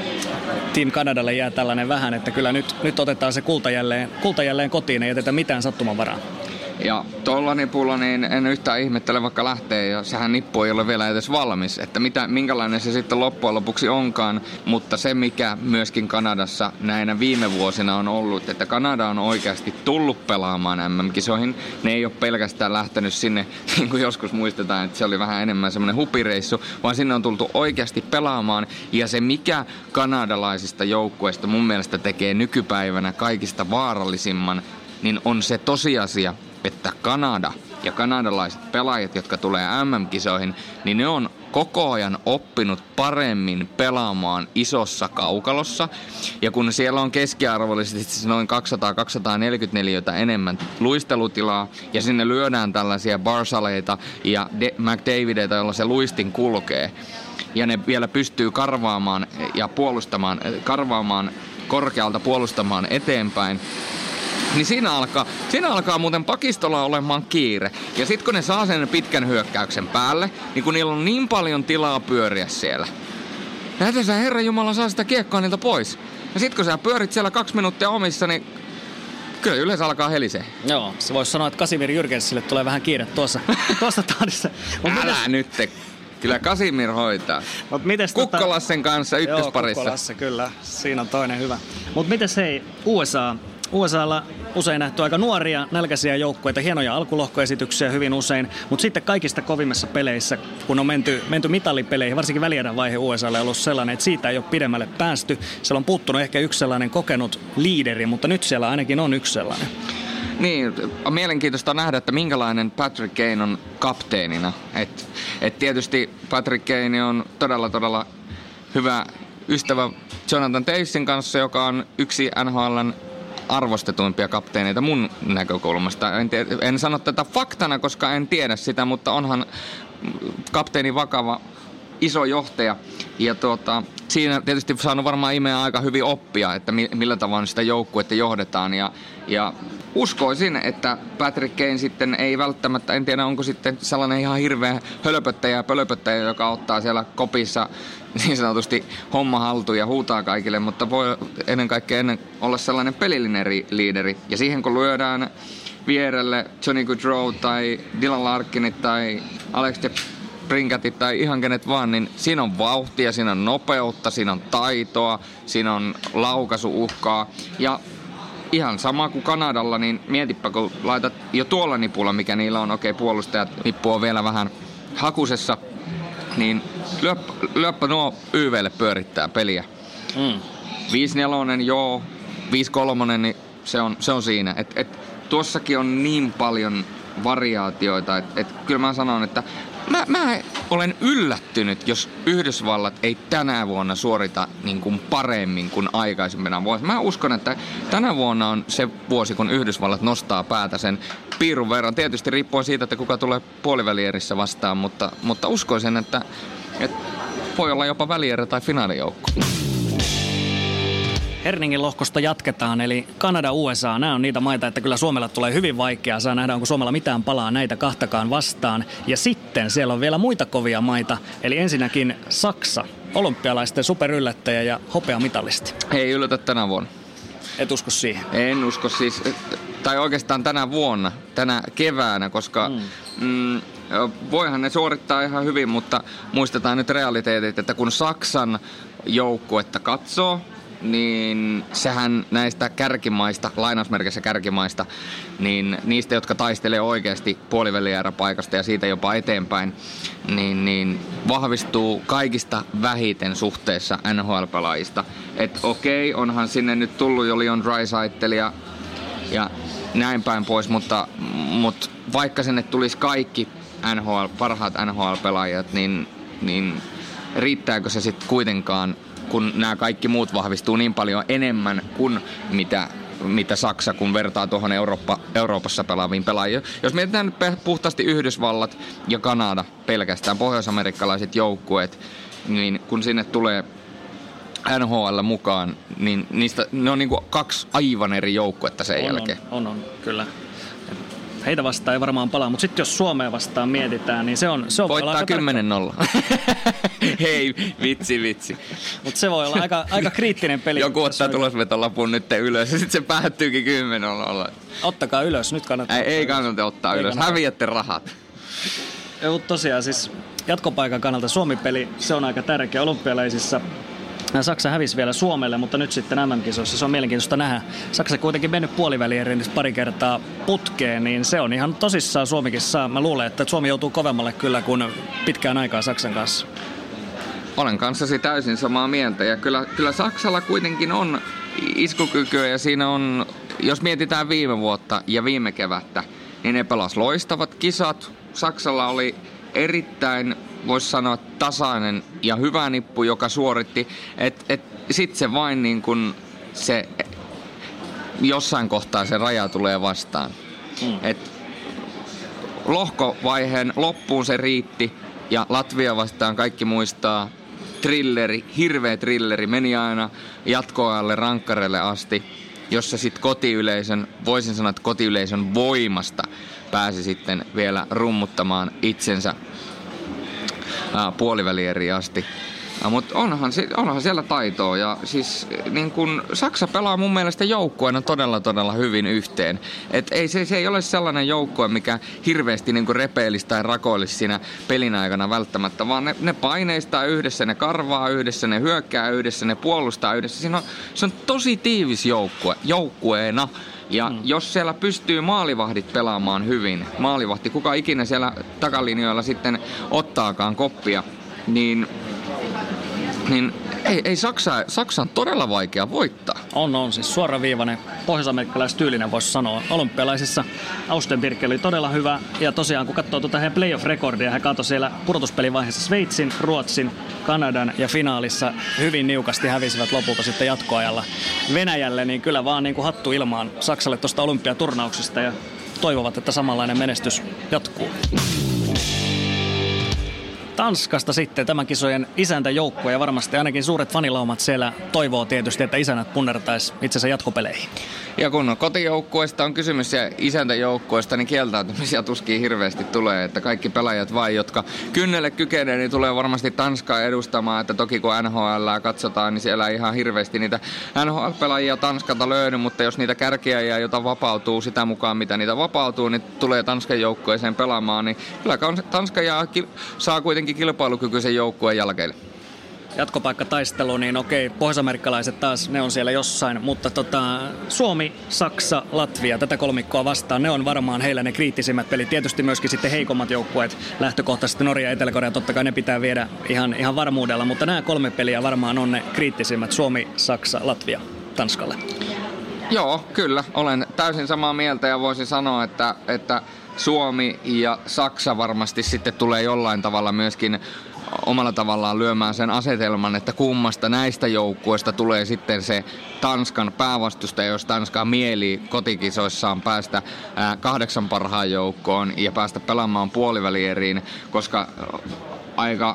Team Kanadalle jää tällainen vähän, että kyllä nyt, nyt otetaan se kulta jälleen, kulta jälleen kotiin, ei jätetä mitään sattumanvaraa. Ja tuolla nipulla niin en yhtään ihmettele, vaikka lähtee ja sehän nippu ei ole vielä edes valmis, että mitä, minkälainen se sitten loppujen lopuksi onkaan, mutta se mikä myöskin Kanadassa näinä viime vuosina on ollut, että Kanada on oikeasti tullut pelaamaan M M-kisoihin, ne ei ole pelkästään lähtenyt sinne, niin kuin joskus muistetaan, että se oli vähän enemmän semmoinen hupireissu, vaan sinne on tultu oikeasti pelaamaan ja se mikä kanadalaisista joukkueista mun mielestä tekee nykypäivänä kaikista vaarallisimman, niin on se tosiasia, että Kanada ja kanadalaiset pelaajat, jotka tulee M M-kisoihin, niin ne on koko ajan oppinut paremmin pelaamaan isossa kaukalossa. Ja kun siellä on keskiarvollisesti noin kaksisataa kaksisataaneljäkymmentäneljä enemmän luistelutilaa, ja sinne lyödään tällaisia Barzaleita ja De- McDavideita, joilla se luistin kulkee, ja ne vielä pystyy karvaamaan ja puolustamaan, karvaamaan korkealta puolustamaan eteenpäin, niin siinä alkaa, siinä alkaa muuten pakistolla olemaan kiire. Ja sit kun ne saa sen pitkän hyökkäyksen päälle, niin kun niillä on niin paljon tilaa pyöriä siellä. Näitä sä Herran Jumala saa sitä kiekkoa niiltä pois. Ja sit kun sä pyörit siellä kaksi minuuttia omissa, niin kyllä yleensä alkaa helisee. Joo, se voisi sanoa, että Kasimir Jürgensille tulee vähän kiire tuossa, tuossa tahdissa. Älä mites... nyt te. Kyllä Kasimir hoitaa. Mut mites Kukkolassen tota... kanssa ykkösparissa. Joo, Kukkolasse, kyllä. Siinä on toinen hyvä. Mut mites hei, U S A... U S A:lla usein nähty aika nuoria, nälkäisiä joukkueita, hienoja alkulohkoesityksiä hyvin usein, mutta sitten kaikista kovimmissa peleissä, kun on menty, menty mitallipeleihin, varsinkin välierän vaihe U S A:lla on ollut sellainen, että siitä ei ole pidemmälle päästy. Siellä on puuttunut ehkä yksi sellainen kokenut liideri, mutta nyt siellä ainakin on yksi sellainen. Niin, on mielenkiintoista nähdä, että minkälainen Patrick Kane on kapteenina. Et, et tietysti Patrick Kane on todella, todella hyvä ystävä Jonathan Tavesin kanssa, joka on yksi N H L:n arvostetuimpia kapteeneita mun näkökulmasta. En, tiedä, en sano tätä faktana, koska en tiedä sitä, mutta onhan kapteeni vakava iso johtaja. Ja tuota, siinä tietysti saanut varmaan imeä aika hyvin oppia, että millä tavalla sitä joukkuetta johdetaan. Ja, ja uskoisin, että Patrick Kane sitten ei välttämättä, en tiedä onko sitten sellainen ihan hirveä hölpöttäjä ja pölöpöttäjä, joka ottaa siellä kopissa niin sanotusti homma haltuun ja huutaa kaikille, mutta voi ennen kaikkea ennen olla sellainen pelillinen liideri. Ja siihen kun lyödään vierelle Johnny Gaudreau tai Dylan Larkinit tai Alex Brinkatit tai ihan kenet vaan, niin siinä on vauhtia, siinä on nopeutta, siinä on taitoa, siinä on laukaisuuhkaa. Ja ihan sama kuin Kanadalla, niin mietipä kun laitat jo tuolla nipulla, mikä niillä on, okei okay, puolustajat, nippu on vielä vähän hakusessa, niin lyöppä, lyöppä nuo Y V:lle pyörittää peliä. Mm. viisi neljä, joo, viisi kolme, niin se on, se on siinä. Et, et, tuossakin on niin paljon variaatioita, että et, kyllä mä sanon, että Mä, mä olen yllättynyt, jos Yhdysvallat ei tänä vuonna suorita niin kuin paremmin kuin aikaisemmina vuosina. Mä uskon, että tänä vuonna on se vuosi, kun Yhdysvallat nostaa päätä sen piirun verran. Tietysti riippuen siitä, että kuka tulee puolivälierissä vastaan, mutta, mutta uskoisin, että, että voi olla jopa välierä tai finaalijoukko. Herningin lohkosta jatketaan, eli Kanada, U S A, nämä on niitä maita, että kyllä Suomella tulee hyvin vaikeaa. Saa nähdä, onko Suomella mitään palaa näitä kahtakaan vastaan. Ja sitten siellä on vielä muita kovia maita, eli ensinnäkin Saksa, olympialaisten superyllättäjä ja hopeamitalisti. Ei yllätä tänä vuonna. Et usko siihen? En usko siis, tai oikeastaan tänä vuonna, tänä keväänä, koska mm. Mm, voihan ne suorittaa ihan hyvin, mutta muistetaan nyt realiteetit, että kun Saksan joukkuetta katsoo, niin sehän näistä kärkimaista, lainausmerkissä kärkimaista, niin niistä, jotka taistelee oikeasti puolivälierä-paikasta ja siitä jopa eteenpäin, niin, niin vahvistuu kaikista vähiten suhteessa N H L-pelaajista. Että okei, onhan sinne nyt tullut jo Leon Draisaitl ja, ja näin päin pois, mutta, mutta vaikka sinne tulisi kaikki N H L, parhaat N H L-pelaajat, niin, niin riittääkö se sitten kuitenkaan, kun nämä kaikki muut vahvistuu niin paljon enemmän kuin mitä, mitä Saksa, kun vertaa tuohon Eurooppa, Euroopassa pelaaviin pelaajiin. Jos mietitään nyt puhtaasti Yhdysvallat ja Kanada pelkästään, pohjois-amerikkalaiset joukkueet, niin kun sinne tulee N H L mukaan, niin niistä, ne on niin kuin kaksi aivan eri joukkuetta sen on, jälkeen. On, on, on, kyllä. Heitä vastaan ei varmaan palaa, mutta sitten jos Suomea vastaan mietitään, niin se on... Se on voittaa kymmenen nolla. Hei, vitsi, vitsi. Mutta se voi olla aika, aika kriittinen peli. Joku ottaa tulosvetolapun nyt ylös ja sitten se päättyykin kymmenen nolla. Ottakaa ylös, nyt kannattaa. Ei, ei kannata ottaa ei ylös, kannata. Häviätte rahat. Joo, tosiaan siis jatkopaikan kannalta Suomi-peli, se on aika tärkeä olympialaisissa. Saksa hävisi vielä Suomelle, mutta nyt sitten M M-kisoissa se on mielenkiintoista nähdä. Saksa kuitenkin mennyt puolivälieriin pari kertaa putkeen, niin se on ihan tosissaan Suomikin saa. Mä luulen, että Suomi joutuu kovemmalle kyllä kuin pitkään aikaa Saksan kanssa. Olen kanssasi täysin samaa mieltä ja kyllä, kyllä Saksalla kuitenkin on iskukykyä ja siinä on, jos mietitään viime vuotta ja viime kevättä, niin ne pelas loistavat kisat. Saksalla oli erittäin, voisi sanoa, tasainen ja hyvä nippu, joka suoritti, että et, sitten se vain niin kuin se jossain kohtaa se raja tulee vastaan. Mm. Et lohkovaiheen loppuun se riitti ja Latvia vastaan kaikki muistaa trilleri, hirveä trilleri, meni aina jatkoajalle rankkareille asti, jossa sitten kotiyleisön, voisin sanoa, että kotiyleisön voimasta pääsi sitten vielä rummuttamaan itsensä ää, puolivälieriin asti. Mutta onhan, onhan siellä taitoa ja siis niin kun Saksa pelaa mun mielestä joukkueena todella todella hyvin yhteen. Et ei, se, se ei ole sellainen joukkue, mikä hirveästi niin repeilisi tai rakoilisi siinä pelin aikana välttämättä, vaan ne, ne paineistaa yhdessä, ne karvaa yhdessä, ne hyökkää yhdessä, ne puolustaa yhdessä. Siinä on, se on tosi tiivis joukkue, joukkueena. Ja mm. jos siellä pystyy maalivahdit pelaamaan hyvin, maalivahti, kuka ikinä siellä takalinjoilla sitten ottaakaan koppia, niin niin ei, ei Saksa, Saksa on todella vaikea voittaa. On, on. Siis suoraviivainen, pohjois-amerikkalaistyylinen voisi sanoa. Olympialaisissa Austenbirke oli todella hyvä. Ja tosiaan kun katsoo tuota heidän playoff-rekordia, he katsoi siellä pudotuspelivaiheessa Sveitsin, Ruotsin, Kanadan ja finaalissa hyvin niukasti hävisivät lopulta sitten jatkoajalla Venäjälle. Niin kyllä vaan niin kuin hattu ilmaan Saksalle tuosta olympiaturnauksesta ja toivovat, että samanlainen menestys jatkuu. Tanskasta sitten tämän kisojen isäntäjoukko ja varmasti ainakin suuret fanilaumat siellä toivoo tietysti, että isännät punnertaisi itsensä jatkopeleihin. Ja kun kotijoukkueesta on kysymys ja isäntäjoukkueesta, niin kieltäytymisiä tuskin hirveästi tulee. Että kaikki pelaajat vain, jotka kynnelle kykenee, niin tulee varmasti Tanskaa edustamaan. Että toki kun N H L katsotaan, niin siellä ei ihan hirveästi niitä N H L-pelaajia Tanskalta löydy. Mutta jos niitä kärkiäjiä, joita vapautuu sitä mukaan, mitä niitä vapautuu, niin tulee Tanskan joukkueeseen pelaamaan. Niin kyllä Tanska jää, saa kuitenkin kilpailukykyisen joukkueen jälkeelle. Jatkopaikkataistelu, niin okei, pohjois-amerikkalaiset taas, ne on siellä jossain, mutta tota, Suomi, Saksa, Latvia, tätä kolmikkoa vastaan, ne on varmaan heillä ne kriittisimmät pelit. Tietysti myöskin sitten heikommat joukkueet, lähtökohtaisesti Norja ja Etelä-Korea, totta kai ne pitää viedä ihan, ihan varmuudella, mutta nämä kolme peliä varmaan on ne kriittisimmät, Suomi, Saksa, Latvia, Tanskalle. Joo, kyllä, olen täysin samaa mieltä ja voisin sanoa, että, että Suomi ja Saksa varmasti sitten tulee jollain tavalla myöskin omalla tavallaan lyömään sen asetelman, että kummasta näistä joukkueista tulee sitten se Tanskan päävastustaja, jos Tanska mieli kotikisoissaan päästä ää, kahdeksan parhaan joukkoon ja päästä pelaamaan puolivälieriin, koska aika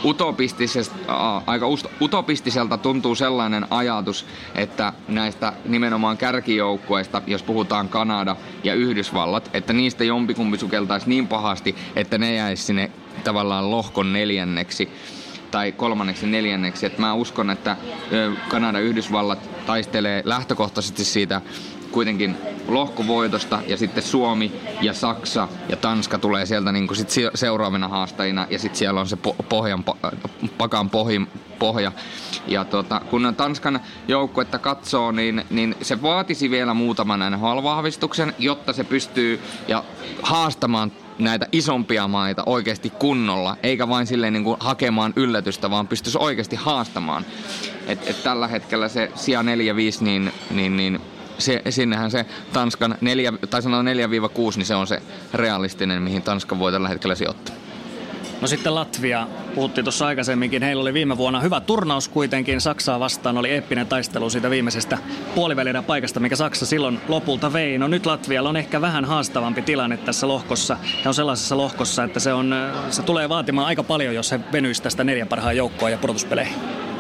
aika utopistiselta tuntuu sellainen ajatus, että näistä nimenomaan kärkijoukkueista, jos puhutaan Kanada ja Yhdysvallat, että niistä jompikumpi sukeltaisi niin pahasti, että ne jäisi sinne tavallaan lohkon neljänneksi tai kolmanneksi neljänneksi. Et mä uskon, että Kanada ja Yhdysvallat taistelee lähtökohtaisesti siitä kuitenkin lohkovoitosta ja sitten Suomi ja Saksa ja Tanska tulee sieltä niin kuin sit seuraavina haastajina ja sitten siellä on se pohjan, pakan pohjin, pohja. Ja tota, kun Tanskan joukkuetta katsoo, niin, niin se vaatisi vielä muutaman N H L-vahvistuksen, jotta se pystyy ja haastamaan näitä isompia maita oikeasti kunnolla, eikä vain silleen niin kuin hakemaan yllätystä, vaan pystyisi oikeasti haastamaan. Et, et tällä hetkellä se sija neljä viisi, niin, niin, niin Se, sinnehän se Tanskan neljä, tai sanotaan neljä kuusi, niin se on se realistinen, mihin Tanska voi tällä hetkellä sijoittaa. No sitten Latvia, puhuttiin tuossa aikaisemminkin, heillä oli viime vuonna hyvä turnaus kuitenkin, Saksaa vastaan oli eeppinen taistelu siitä viimeisestä puolivälierän paikasta, mikä Saksa silloin lopulta vei. No nyt Latvialla on ehkä vähän haastavampi tilanne tässä lohkossa, he on sellaisessa lohkossa, että se, on, se tulee vaatimaan aika paljon, jos he venyisi tästä neljän parhaan joukkoon ja pudotuspeleihin.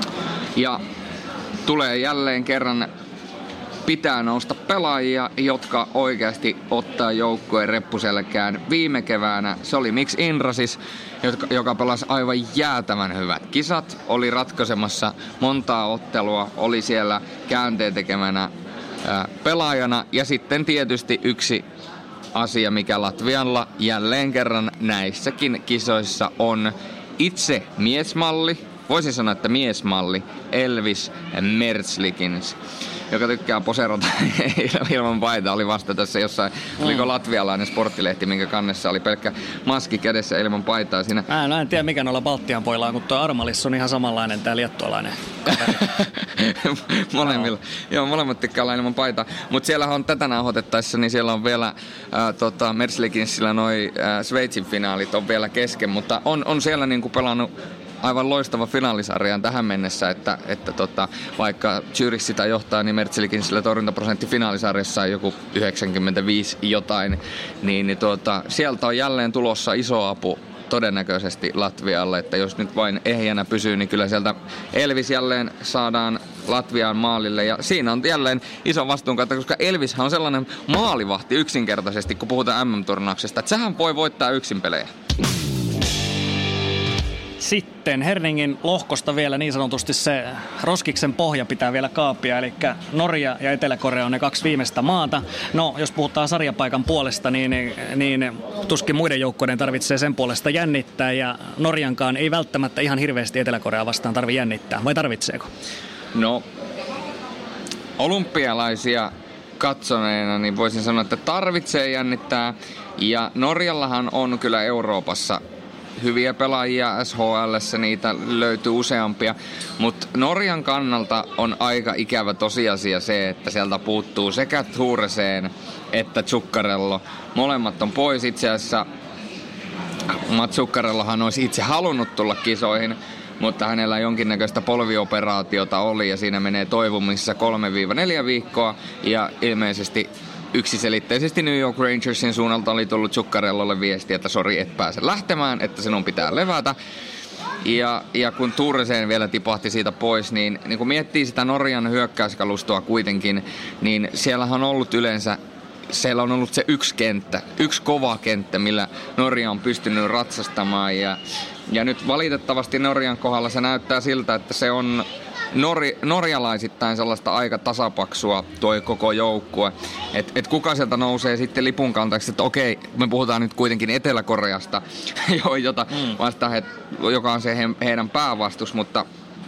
Ja tulee jälleen kerran pitää nousta pelaajia, jotka oikeasti ottaa joukkueen reppuselkään. Viime keväänä se oli Mix Indrasis, joka pelasi aivan jäätävän hyvät kisat. Oli ratkaisemassa montaa ottelua, oli siellä käänteen tekemänä ää, pelaajana. Ja sitten tietysti yksi asia, mikä Latvialla jälleen kerran näissäkin kisoissa on itse miesmalli. Voisin sanoa, että miesmalli Elvis Merzlikins, joka tykkää poserata ilman paitaa, oli vasta tässä jossain, mm. oliko latvialainen sporttilehti, minkä kannessa oli pelkkä maski kädessä ilman paitaa siinä. Mä, mä en tiedä mikä noilla Baltian poilla on, kun tuo Armalis on ihan samanlainen, tää liettualainen. Molemmilla. Joo, molemmat tykkää olla ilman paitaa. Mutta siellä on tätä nauhoitettaessa, niin siellä on vielä ää, tota, Merzlikinsillä noi ää, Sveitsin finaalit on vielä kesken, mutta on, on siellä niinku pelannut aivan loistava finaalisarjaan tähän mennessä, että, että tota, vaikka Zürich sitä johtaa, niin Merzlikinsillä torjuntaprosentti finaalisarjassa on joku yhdeksänkymmentäviisi jotain, niin, niin tuota, sieltä on jälleen tulossa iso apu todennäköisesti Latvialle, että jos nyt vain ehjänä pysyy, niin kyllä sieltä Elvis jälleen saadaan Latviaan maalille, ja siinä on jälleen iso vastuunkanto, koska Elvishän on sellainen maalivahti yksinkertaisesti, kun puhutaan M M-turnauksesta, että sehän voi voittaa yksin pelejä. Sitten Herningin lohkosta vielä niin sanotusti se roskiksen pohja pitää vielä kaapia, eli Norja ja Etelä-Korea on ne kaksi viimeistä maata. No, jos puhutaan sarjapaikan puolesta, niin, niin tuskin muiden joukkojen tarvitsee sen puolesta jännittää, ja Norjankaan ei välttämättä ihan hirveästi Etelä-Korea vastaan tarvitse jännittää, vai tarvitseeko? No, olympialaisia katsoneena, niin voisin sanoa, että tarvitsee jännittää, ja Norjallahan on kyllä Euroopassa hyviä pelaajia S H L:ssä, niitä löytyy useampia, mutta Norjan kannalta on aika ikävä tosiasia se, että sieltä puuttuu sekä Thoresen että Zuccarello. Molemmat on pois itse asiassa. Mats Zuccarellohan olisi itse halunnut tulla kisoihin, mutta hänellä jonkinnäköistä polvioperaatiota oli ja siinä menee toivumissa kolme neljä viikkoa ja ilmeisesti yksiselitteisesti New York Rangersin suunnalta oli tullut Zuccarellolle viesti, että sori, et pääse lähtemään, että sinun pitää levätä. Ja, ja kun Thoresen vielä tipahti siitä pois, niin, niin kun miettii sitä Norjan hyökkäyskalustoa kuitenkin, niin siellähän on ollut yleensä siellä on ollut se yksi kenttä, yksi kova kenttä, millä Norja on pystynyt ratsastamaan. Ja, ja nyt valitettavasti Norjan kohdalla se näyttää siltä, että se on Nor- norjalaisittain sellaista aika tasapaksua toi koko joukkue. Että et kuka sieltä nousee sitten lipun kantaksi, että okei, me puhutaan nyt kuitenkin Etelä-Koreasta, jota mm. vasta he, joka on se he, heidän päävastus, mutta,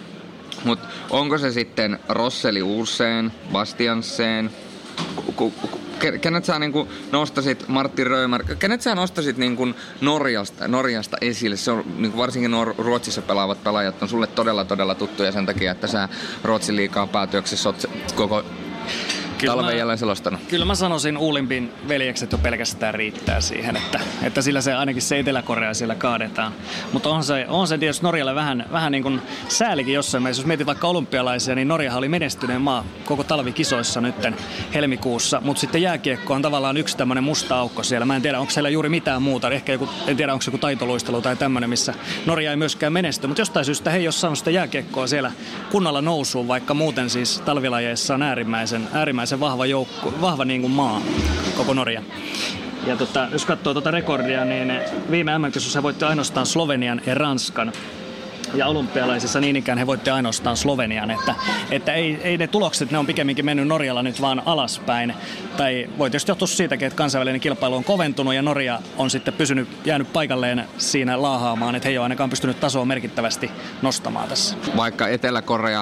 mutta onko se sitten Rosseli Uuseen, Bastiansen, ku, ku, kenet sä niin nostasit, Martti Römer, kenet sä nostasit niin Norjasta, Norjasta esille? Se on, niin varsinkin nuo Ruotsissa pelaavat pelaajat on sulle todella todella tuttuja sen takia, että sä Ruotsin liigaa päätyöksessä oot koko talven jälleen selostanut. Kyllä mä sanoisin Uulimpin veljekset jo pelkästään riittää siihen, että, että sillä se ainakin se Etelä-Korea siellä kaadetaan. Mutta on se, on se tietysti Norjalle vähän, vähän niin kuin säälikin jossain mielessä. Jos mietit vaikka olympialaisia, niin Norjahan oli menestyneen maa koko talvikisoissa nytten helmikuussa. Mutta sitten jääkiekko on tavallaan yksi tämmöinen musta aukko siellä. Mä en tiedä, onko siellä juuri mitään muuta. Ehkä joku, en tiedä, onko se joku taitoluistelu tai tämmöinen, missä Norja ei myöskään menesty. Mutta jostain syystä he ei ole saanut sitä jääkiekkoa siellä kunnolla nousuun, vaikka muuten siis talvilajeissa on äärimmäisen, äärimmäisen se vahva joukko, vahva niin kuin maa, koko Norja. Ja tota, jos katsoo tuota rekordia, niin viime M M-kisossa he voitti ainoastaan Slovenian ja Ranskan. Ja olympialaisissa niin ikään he voitti ainoastaan Slovenian, että, että ei, ei ne tulokset, ne on pikemminkin mennyt Norjalla nyt vaan alaspäin. Tai voi tietysti johtua siitäkin, että kansainvälinen kilpailu on koventunut ja Norja on sitten pysynyt, jäänyt paikalleen siinä laahaamaan, että he ei ole ainakaan pystynyt tasoa merkittävästi nostamaan tässä. Vaikka Etelä-Korea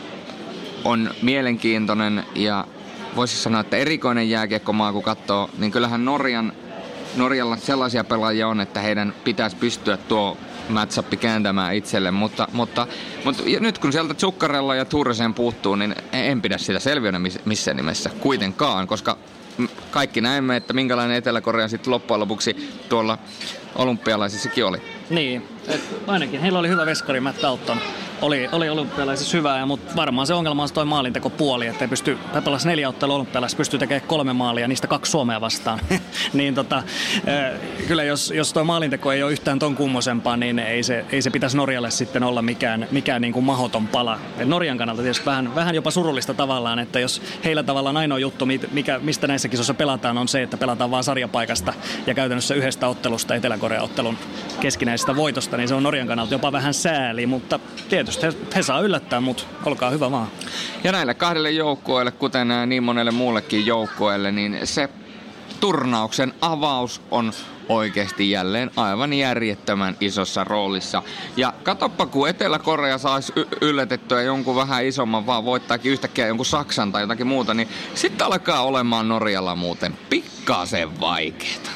on mielenkiintoinen ja voisi sanoa, että erikoinen jääkiekkomaa, kun katsoo, niin kyllähän Norjan, Norjalla sellaisia pelaajia on, että heidän pitäisi pystyä tuo match-up kääntämään itselle, mutta, mutta, mutta nyt kun sieltä Zuccarello ja Thoresen puuttuu, niin en pidä sitä selviönä missään nimessä kuitenkaan, koska kaikki näemme, että minkälainen Etelä-Korea sitten loppujen lopuksi tuolla olympialaisissakin oli. Niin, ainakin heillä oli hyvä veskari Matt Dalton. Oli, oli olympialaisissa hyvää, mutta varmaan se ongelma on se toi maalintekopuoli, että ei pysty, he pelasi neljä ottelua olympialaisissa, pystyy tekemään kolme maalia, niistä kaksi Suomea vastaan. niin tota, kyllä jos, jos toi maalinteko ei ole yhtään ton kummosempaa, niin ei se, ei se pitäisi Norjalle sitten olla mikään, mikään niin kuin mahdoton pala. Et Norjan kannalta tietysti vähän, vähän jopa surullista tavallaan, että jos heillä tavallaan ainoa juttu, mikä, mistä näissä kisoissa pelataan, on se, että pelataan vaan sarjapaikasta ja käytännössä yhdestä ottelusta Etelä-Korean ottelun keskinäisestä voitosta, niin se on Norjan kannalta jopa vähän sääli, mutta tietysti He, he saa yllättää, mutta olkaa hyvä vaan. Ja näille kahdelle joukkueelle, kuten niin monelle muullekin joukkueelle, niin se turnauksen avaus on oikeasti jälleen aivan järjettömän isossa roolissa. Ja katoppa, kun Etelä-Korea saisi y- yllätettyä jonkun vähän isomman, vaan voittaakin yhtäkkiä jonkun Saksan tai jotakin muuta, niin sitten alkaa olemaan Norjalla muuten pikkasen vaikeeta.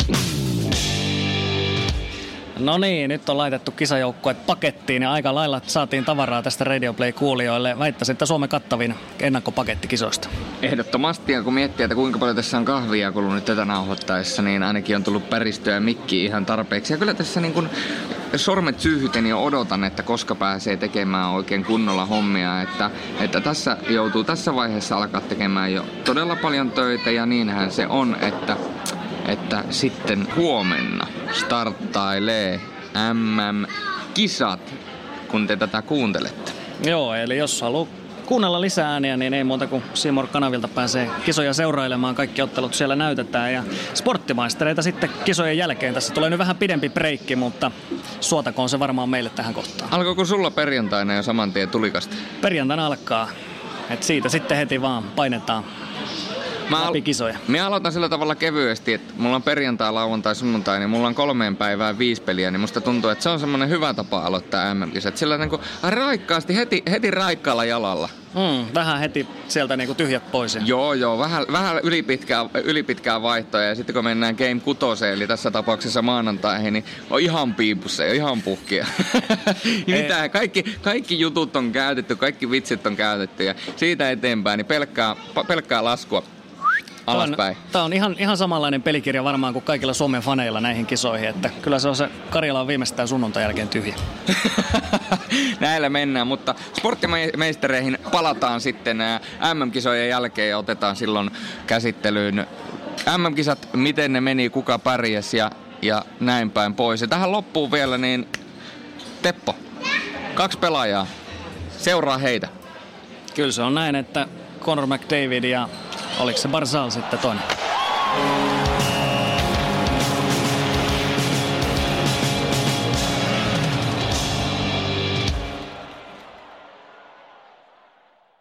No niin, nyt on laitettu kisajoukkueet pakettiin ja aika lailla saatiin tavaraa tästä Radio Play-kuulijoille. Väittäisin, että Suomen kattavin ennakkopaketti kisoista. Ehdottomasti, ja kun miettii, että kuinka paljon tässä on kahvia kulunut tätä nauhoittaessa, niin ainakin on tullut päristöä ja mikkiä ihan tarpeeksi. Ja kyllä tässä niin kuin sormet syyhyten jo odotan, että koska pääsee tekemään oikein kunnolla hommia. Että, että tässä joutuu tässä vaiheessa alkaa tekemään jo todella paljon töitä, ja niinhän se on, että että sitten huomenna starttailee M M-kisat, kun te tätä kuuntelette. Joo, eli jos haluaa kuunnella lisää ääniä, niin ei muuta kuin C More -kanavilta pääsee kisoja seurailemaan. Kaikki ottelut siellä näytetään ja sporttimaistereita sitten kisojen jälkeen. Tässä tulee nyt vähän pidempi breikki, mutta suotakoon se varmaan meille tähän kohtaan. Alkoiko sulla perjantaina jo saman tien tulikasta? Perjantaina alkaa. Et siitä sitten heti vaan painetaan. Mä, läpi kisoja. Mä aloitan sillä tavalla kevyesti, että mulla on perjantai, lauantai, sunnuntai, niin mulla on kolmeen päivään viisi peliä, niin musta tuntuu, että se on semmoinen hyvä tapa aloittaa M M-kisat. Sillä niin kuin raikkaasti, heti, heti raikkaalla jalalla. Mm, vähän heti sieltä niinku tyhjät pois. Joo, joo, vähän, vähän ylipitkää, ylipitkää vaihtoa ja sitten kun mennään Game kutoseen, eli tässä tapauksessa maanantaihin, niin on ihan piipussa ja ihan puhkia. Mitä? Kaikki, kaikki jutut on käytetty, kaikki vitsit on käytetty ja siitä eteenpäin niin pelkkää, pelkkää laskua alaspäin. Tämä on ihan, ihan samanlainen pelikirja varmaan kuin kaikilla Suomen faneilla näihin kisoihin, että kyllä se on se Karjala on viimeistään sunnuntai jälkeen tyhjä. Näillä mennään, mutta sporttimeistereihin palataan sitten M M-kisojen jälkeen ja otetaan silloin käsittelyyn M M-kisat, miten ne meni, kuka pärjäsi ja, ja näin päin pois. Ja tähän loppuun vielä niin Teppo, kaksi pelaajaa, seuraa heitä. Kyllä se on näin, että Conor McDavid ja oliko se Barzal sitten toinen?